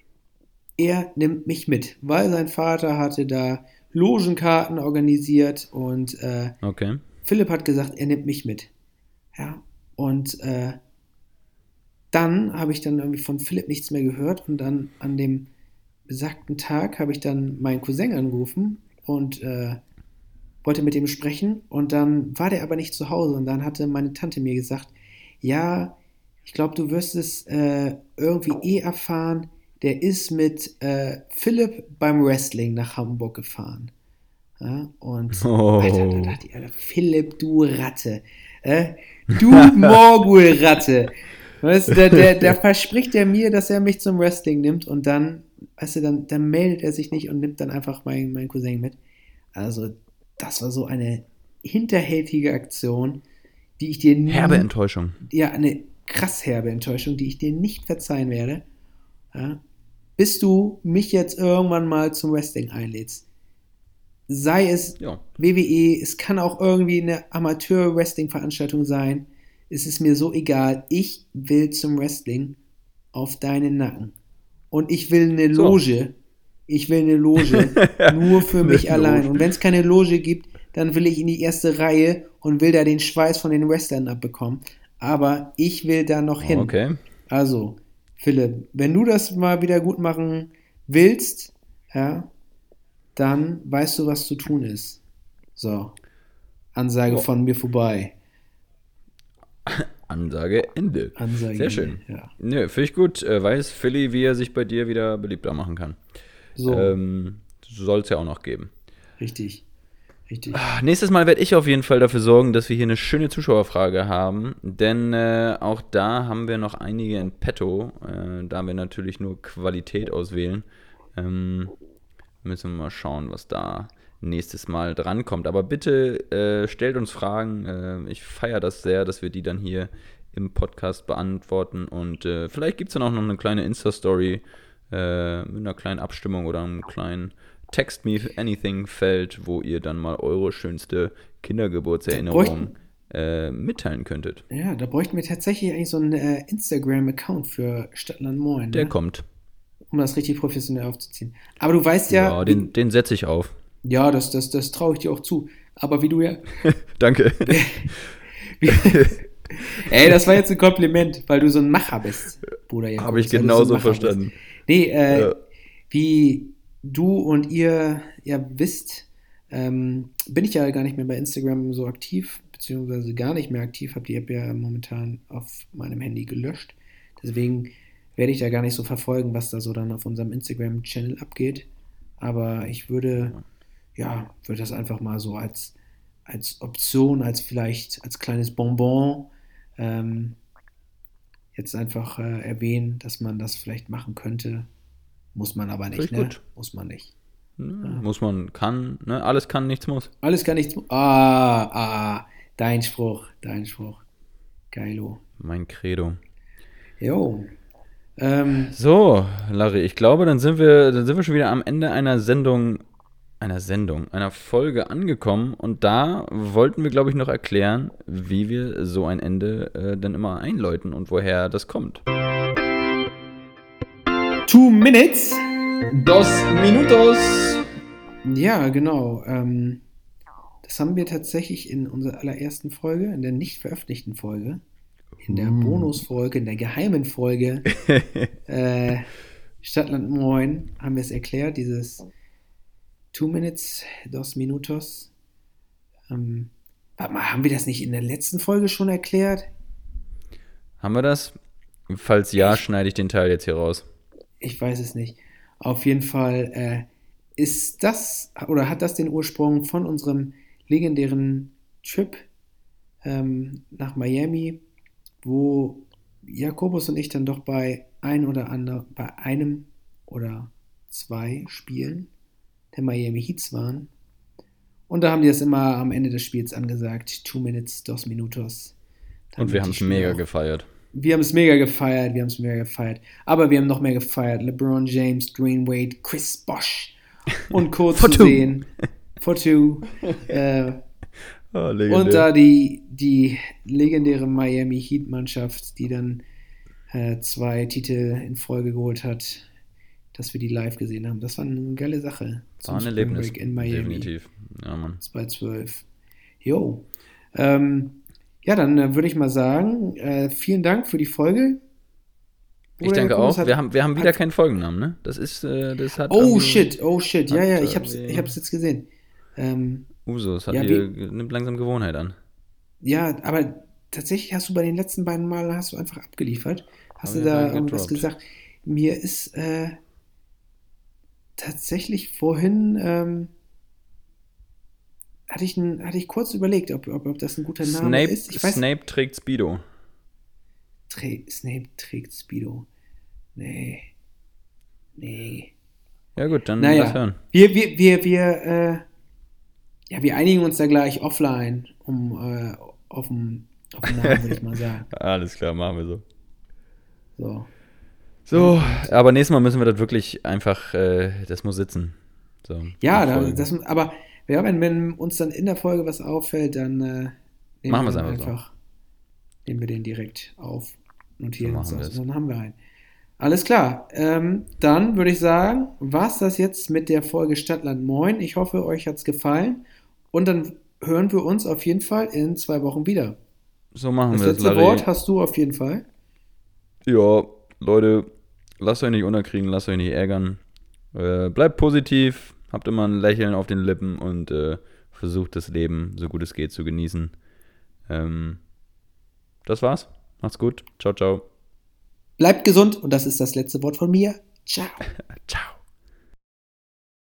er nimmt mich mit, weil sein Vater hatte da Logenkarten organisiert und äh, Okay. Philipp hat gesagt, er nimmt mich mit. Ja, und äh, dann habe ich dann irgendwie von Philipp nichts mehr gehört und dann an dem besagten Tag habe ich dann meinen Cousin angerufen und äh, wollte mit ihm sprechen und dann war der aber nicht zu Hause und dann hatte meine Tante mir gesagt, ja, ich glaube, du wirst es äh, irgendwie eh erfahren, der ist mit äh, Philipp beim Wrestling nach Hamburg gefahren. Ja, und Oh. Alter, da dachte ich, Alter, Philipp, du Ratte. Äh, du Morgul-Ratte. Weißt du, der, der, der verspricht er mir, dass er mich zum Wrestling nimmt und dann, weißt du, dann, dann meldet er sich nicht und nimmt dann einfach meinen mein Cousin mit. Also, das war so eine hinterhältige Aktion, die ich dir nie, Herbe Enttäuschung. ja, eine krass herbe Enttäuschung, die ich dir nicht verzeihen werde. Ja. bis du mich jetzt irgendwann mal zum Wrestling einlädst. Sei es Ja. W W E, es kann auch irgendwie eine Amateur-Wrestling-Veranstaltung sein. Es ist mir so egal. Ich will zum Wrestling auf deinen Nacken. Und ich will eine So. Loge. Ich will eine Loge. Nur für Eine mich allein. Loge. Und wenn es keine Loge gibt, dann will ich in die erste Reihe und will da den Schweiß von den Wrestlern abbekommen. Aber ich will da noch hin. Okay. Also, Philipp, wenn du das mal wieder gut machen willst, ja, dann weißt du, was zu tun ist. So. Ansage Ja. von mir vorbei. Ansage Ende. Ansage. Sehr schön. Ja. Nö, finde ich gut. Äh, weiß Philly, wie er sich bei dir wieder beliebter machen kann. So, Ähm, soll es ja auch noch geben. richtig. Richtig. Ah, Nächstes Mal werde ich auf jeden Fall dafür sorgen, dass wir hier eine schöne Zuschauerfrage haben, denn äh, auch da haben wir noch einige in petto, äh, da wir natürlich nur Qualität auswählen. Ähm, müssen wir mal schauen, was da nächstes Mal drankommt. Aber bitte äh, stellt uns Fragen. Äh, ich feiere das sehr, dass wir die dann hier im Podcast beantworten. Und äh, vielleicht gibt es dann auch noch eine kleine Insta-Story äh, mit einer kleinen Abstimmung oder einem kleinen Text Me Anything Feld, wo ihr dann mal eure schönste Kindergeburtserinnerung äh, mitteilen könntet. Ja, da bräuchten wir tatsächlich eigentlich so einen äh, Instagram-Account für Stadtland Moin, Der ne? kommt. Um das richtig professionell aufzuziehen. Aber du weißt ja, Ja, den, den setze ich auf. ja, das, das, das traue ich dir auch zu. Aber wie du ja, Danke. wie, ey, das war jetzt ein Kompliment, weil du so ein Macher bist, Bruder Jakobus. Habe ich weil du genauso so ein Macher verstanden. bist. Nee, äh, Ja. wie du und ihr ja wisst, ähm, bin ich ja gar nicht mehr bei Instagram so aktiv, beziehungsweise gar nicht mehr aktiv, habe die App ja momentan auf meinem Handy gelöscht. Deswegen werde ich da gar nicht so verfolgen, was da so dann auf unserem Instagram-Channel abgeht. Aber ich würde, ja, würde das einfach mal so als, als Option, als vielleicht als kleines Bonbon ähm, jetzt einfach äh, erwähnen, dass man das vielleicht machen könnte. Muss man aber nicht, Richtig ne? gut. Muss man nicht. Ne, muss man, kann, ne? Alles kann, nichts muss. Alles kann nichts. Ah, ah, dein Spruch, dein Spruch. Geilo. Mein Credo. Jo. Ähm, So, Larry, ich glaube, dann sind wir, dann sind wir schon wieder am Ende einer Sendung, einer Sendung, einer Folge angekommen. Und da wollten wir, glaube ich, noch erklären, wie wir so ein Ende äh, dann immer einläuten und woher das kommt. two minutes. Dos minutos. Ja, genau. Ähm, das haben wir tatsächlich in unserer allerersten Folge, in der nicht veröffentlichten Folge, in der Bonusfolge, in der geheimen Folge äh, Stadtland Moin, haben wir es erklärt, dieses two minutes, dos minutos. Ähm, warte mal, haben wir das nicht in der letzten Folge schon erklärt? Haben wir das? Falls ja, schneide ich den Teil jetzt hier raus. Ich weiß es nicht. Auf jeden Fall äh, ist das, oder hat das den Ursprung von unserem legendären Trip ähm, nach Miami, wo Jakobus und ich dann doch bei ein oder andere, bei einem oder zwei Spielen der Miami Heats waren. Und da haben die das immer am Ende des Spiels angesagt, two minutes, dos minutos. Und wir haben es mega gefeiert. Wir haben es mega gefeiert, wir haben es mega gefeiert. Aber wir haben noch mehr gefeiert. LeBron James, Dwayne Wade, Chris Bosh und Co. zu sehen. For two. Äh, Oh, und da die, die legendäre Miami Heat-Mannschaft, die dann äh, zwei Titel in Folge geholt hat, dass wir die live gesehen haben. Das war eine geile Sache. War ein Erlebnis. In Miami. Definitiv. Ja, Mann. zwanzig zwölf. Jo. Ähm, ja, dann äh, würde ich mal sagen, äh, vielen Dank für die Folge. Ich Bruder denke Jakobus auch. hat- Wir haben, wir haben wieder hat- keinen Folgennamen, ne? Das ist, äh, das hat Oh irgendwie shit, oh shit. Ja, hat, ja, ich äh, hab's, ich hab's jetzt gesehen. Ähm, Usus, hat Ja, hier, nimmt langsam Gewohnheit an. ja, aber tatsächlich hast du bei den letzten beiden Malen hast du einfach abgeliefert. Hast Hab du ich da einfach irgendwas gedroppt. gesagt? Mir ist äh, tatsächlich vorhin ähm, hatte ich, ein, hatte ich kurz überlegt, ob, ob, ob das ein guter Name Snape, ist. Ich weiß, Snape trägt Speedo. Tra- Snape trägt Speedo. Nee. Nee. Ja gut, dann Naja, lass hören. wir, wir, wir, wir, äh, ja, wir einigen uns da gleich offline um äh, auf den auf den Namen, würde ich mal sagen. Alles klar, machen wir so. So. So, aber nächstes Mal müssen wir das wirklich einfach, äh, das muss sitzen. So, Ja, die da, Folge. das, aber ja, wenn, wenn uns dann in der Folge was auffällt, dann äh, nehmen Machen wir wir's den einfach so. einfach, nehmen wir den direkt auf, notieren So uns machen das wir's. und dann haben wir einen. Alles klar, ähm, dann würde ich sagen, war's das jetzt mit der Folge Stadtland Moin. Ich hoffe, euch hat's gefallen und dann hören wir uns auf jeden Fall in zwei Wochen wieder. So machen Das wir es, letzte Larry. Wort hast du auf jeden Fall. Ja, Leute, lasst euch nicht unterkriegen, lasst euch nicht ärgern. Äh, bleibt positiv, habt immer ein Lächeln auf den Lippen und äh, versucht das Leben, so gut es geht, zu genießen. Ähm, das war's. Macht's gut. Ciao, ciao. Bleibt gesund und das ist das letzte Wort von mir. Ciao. Ciao.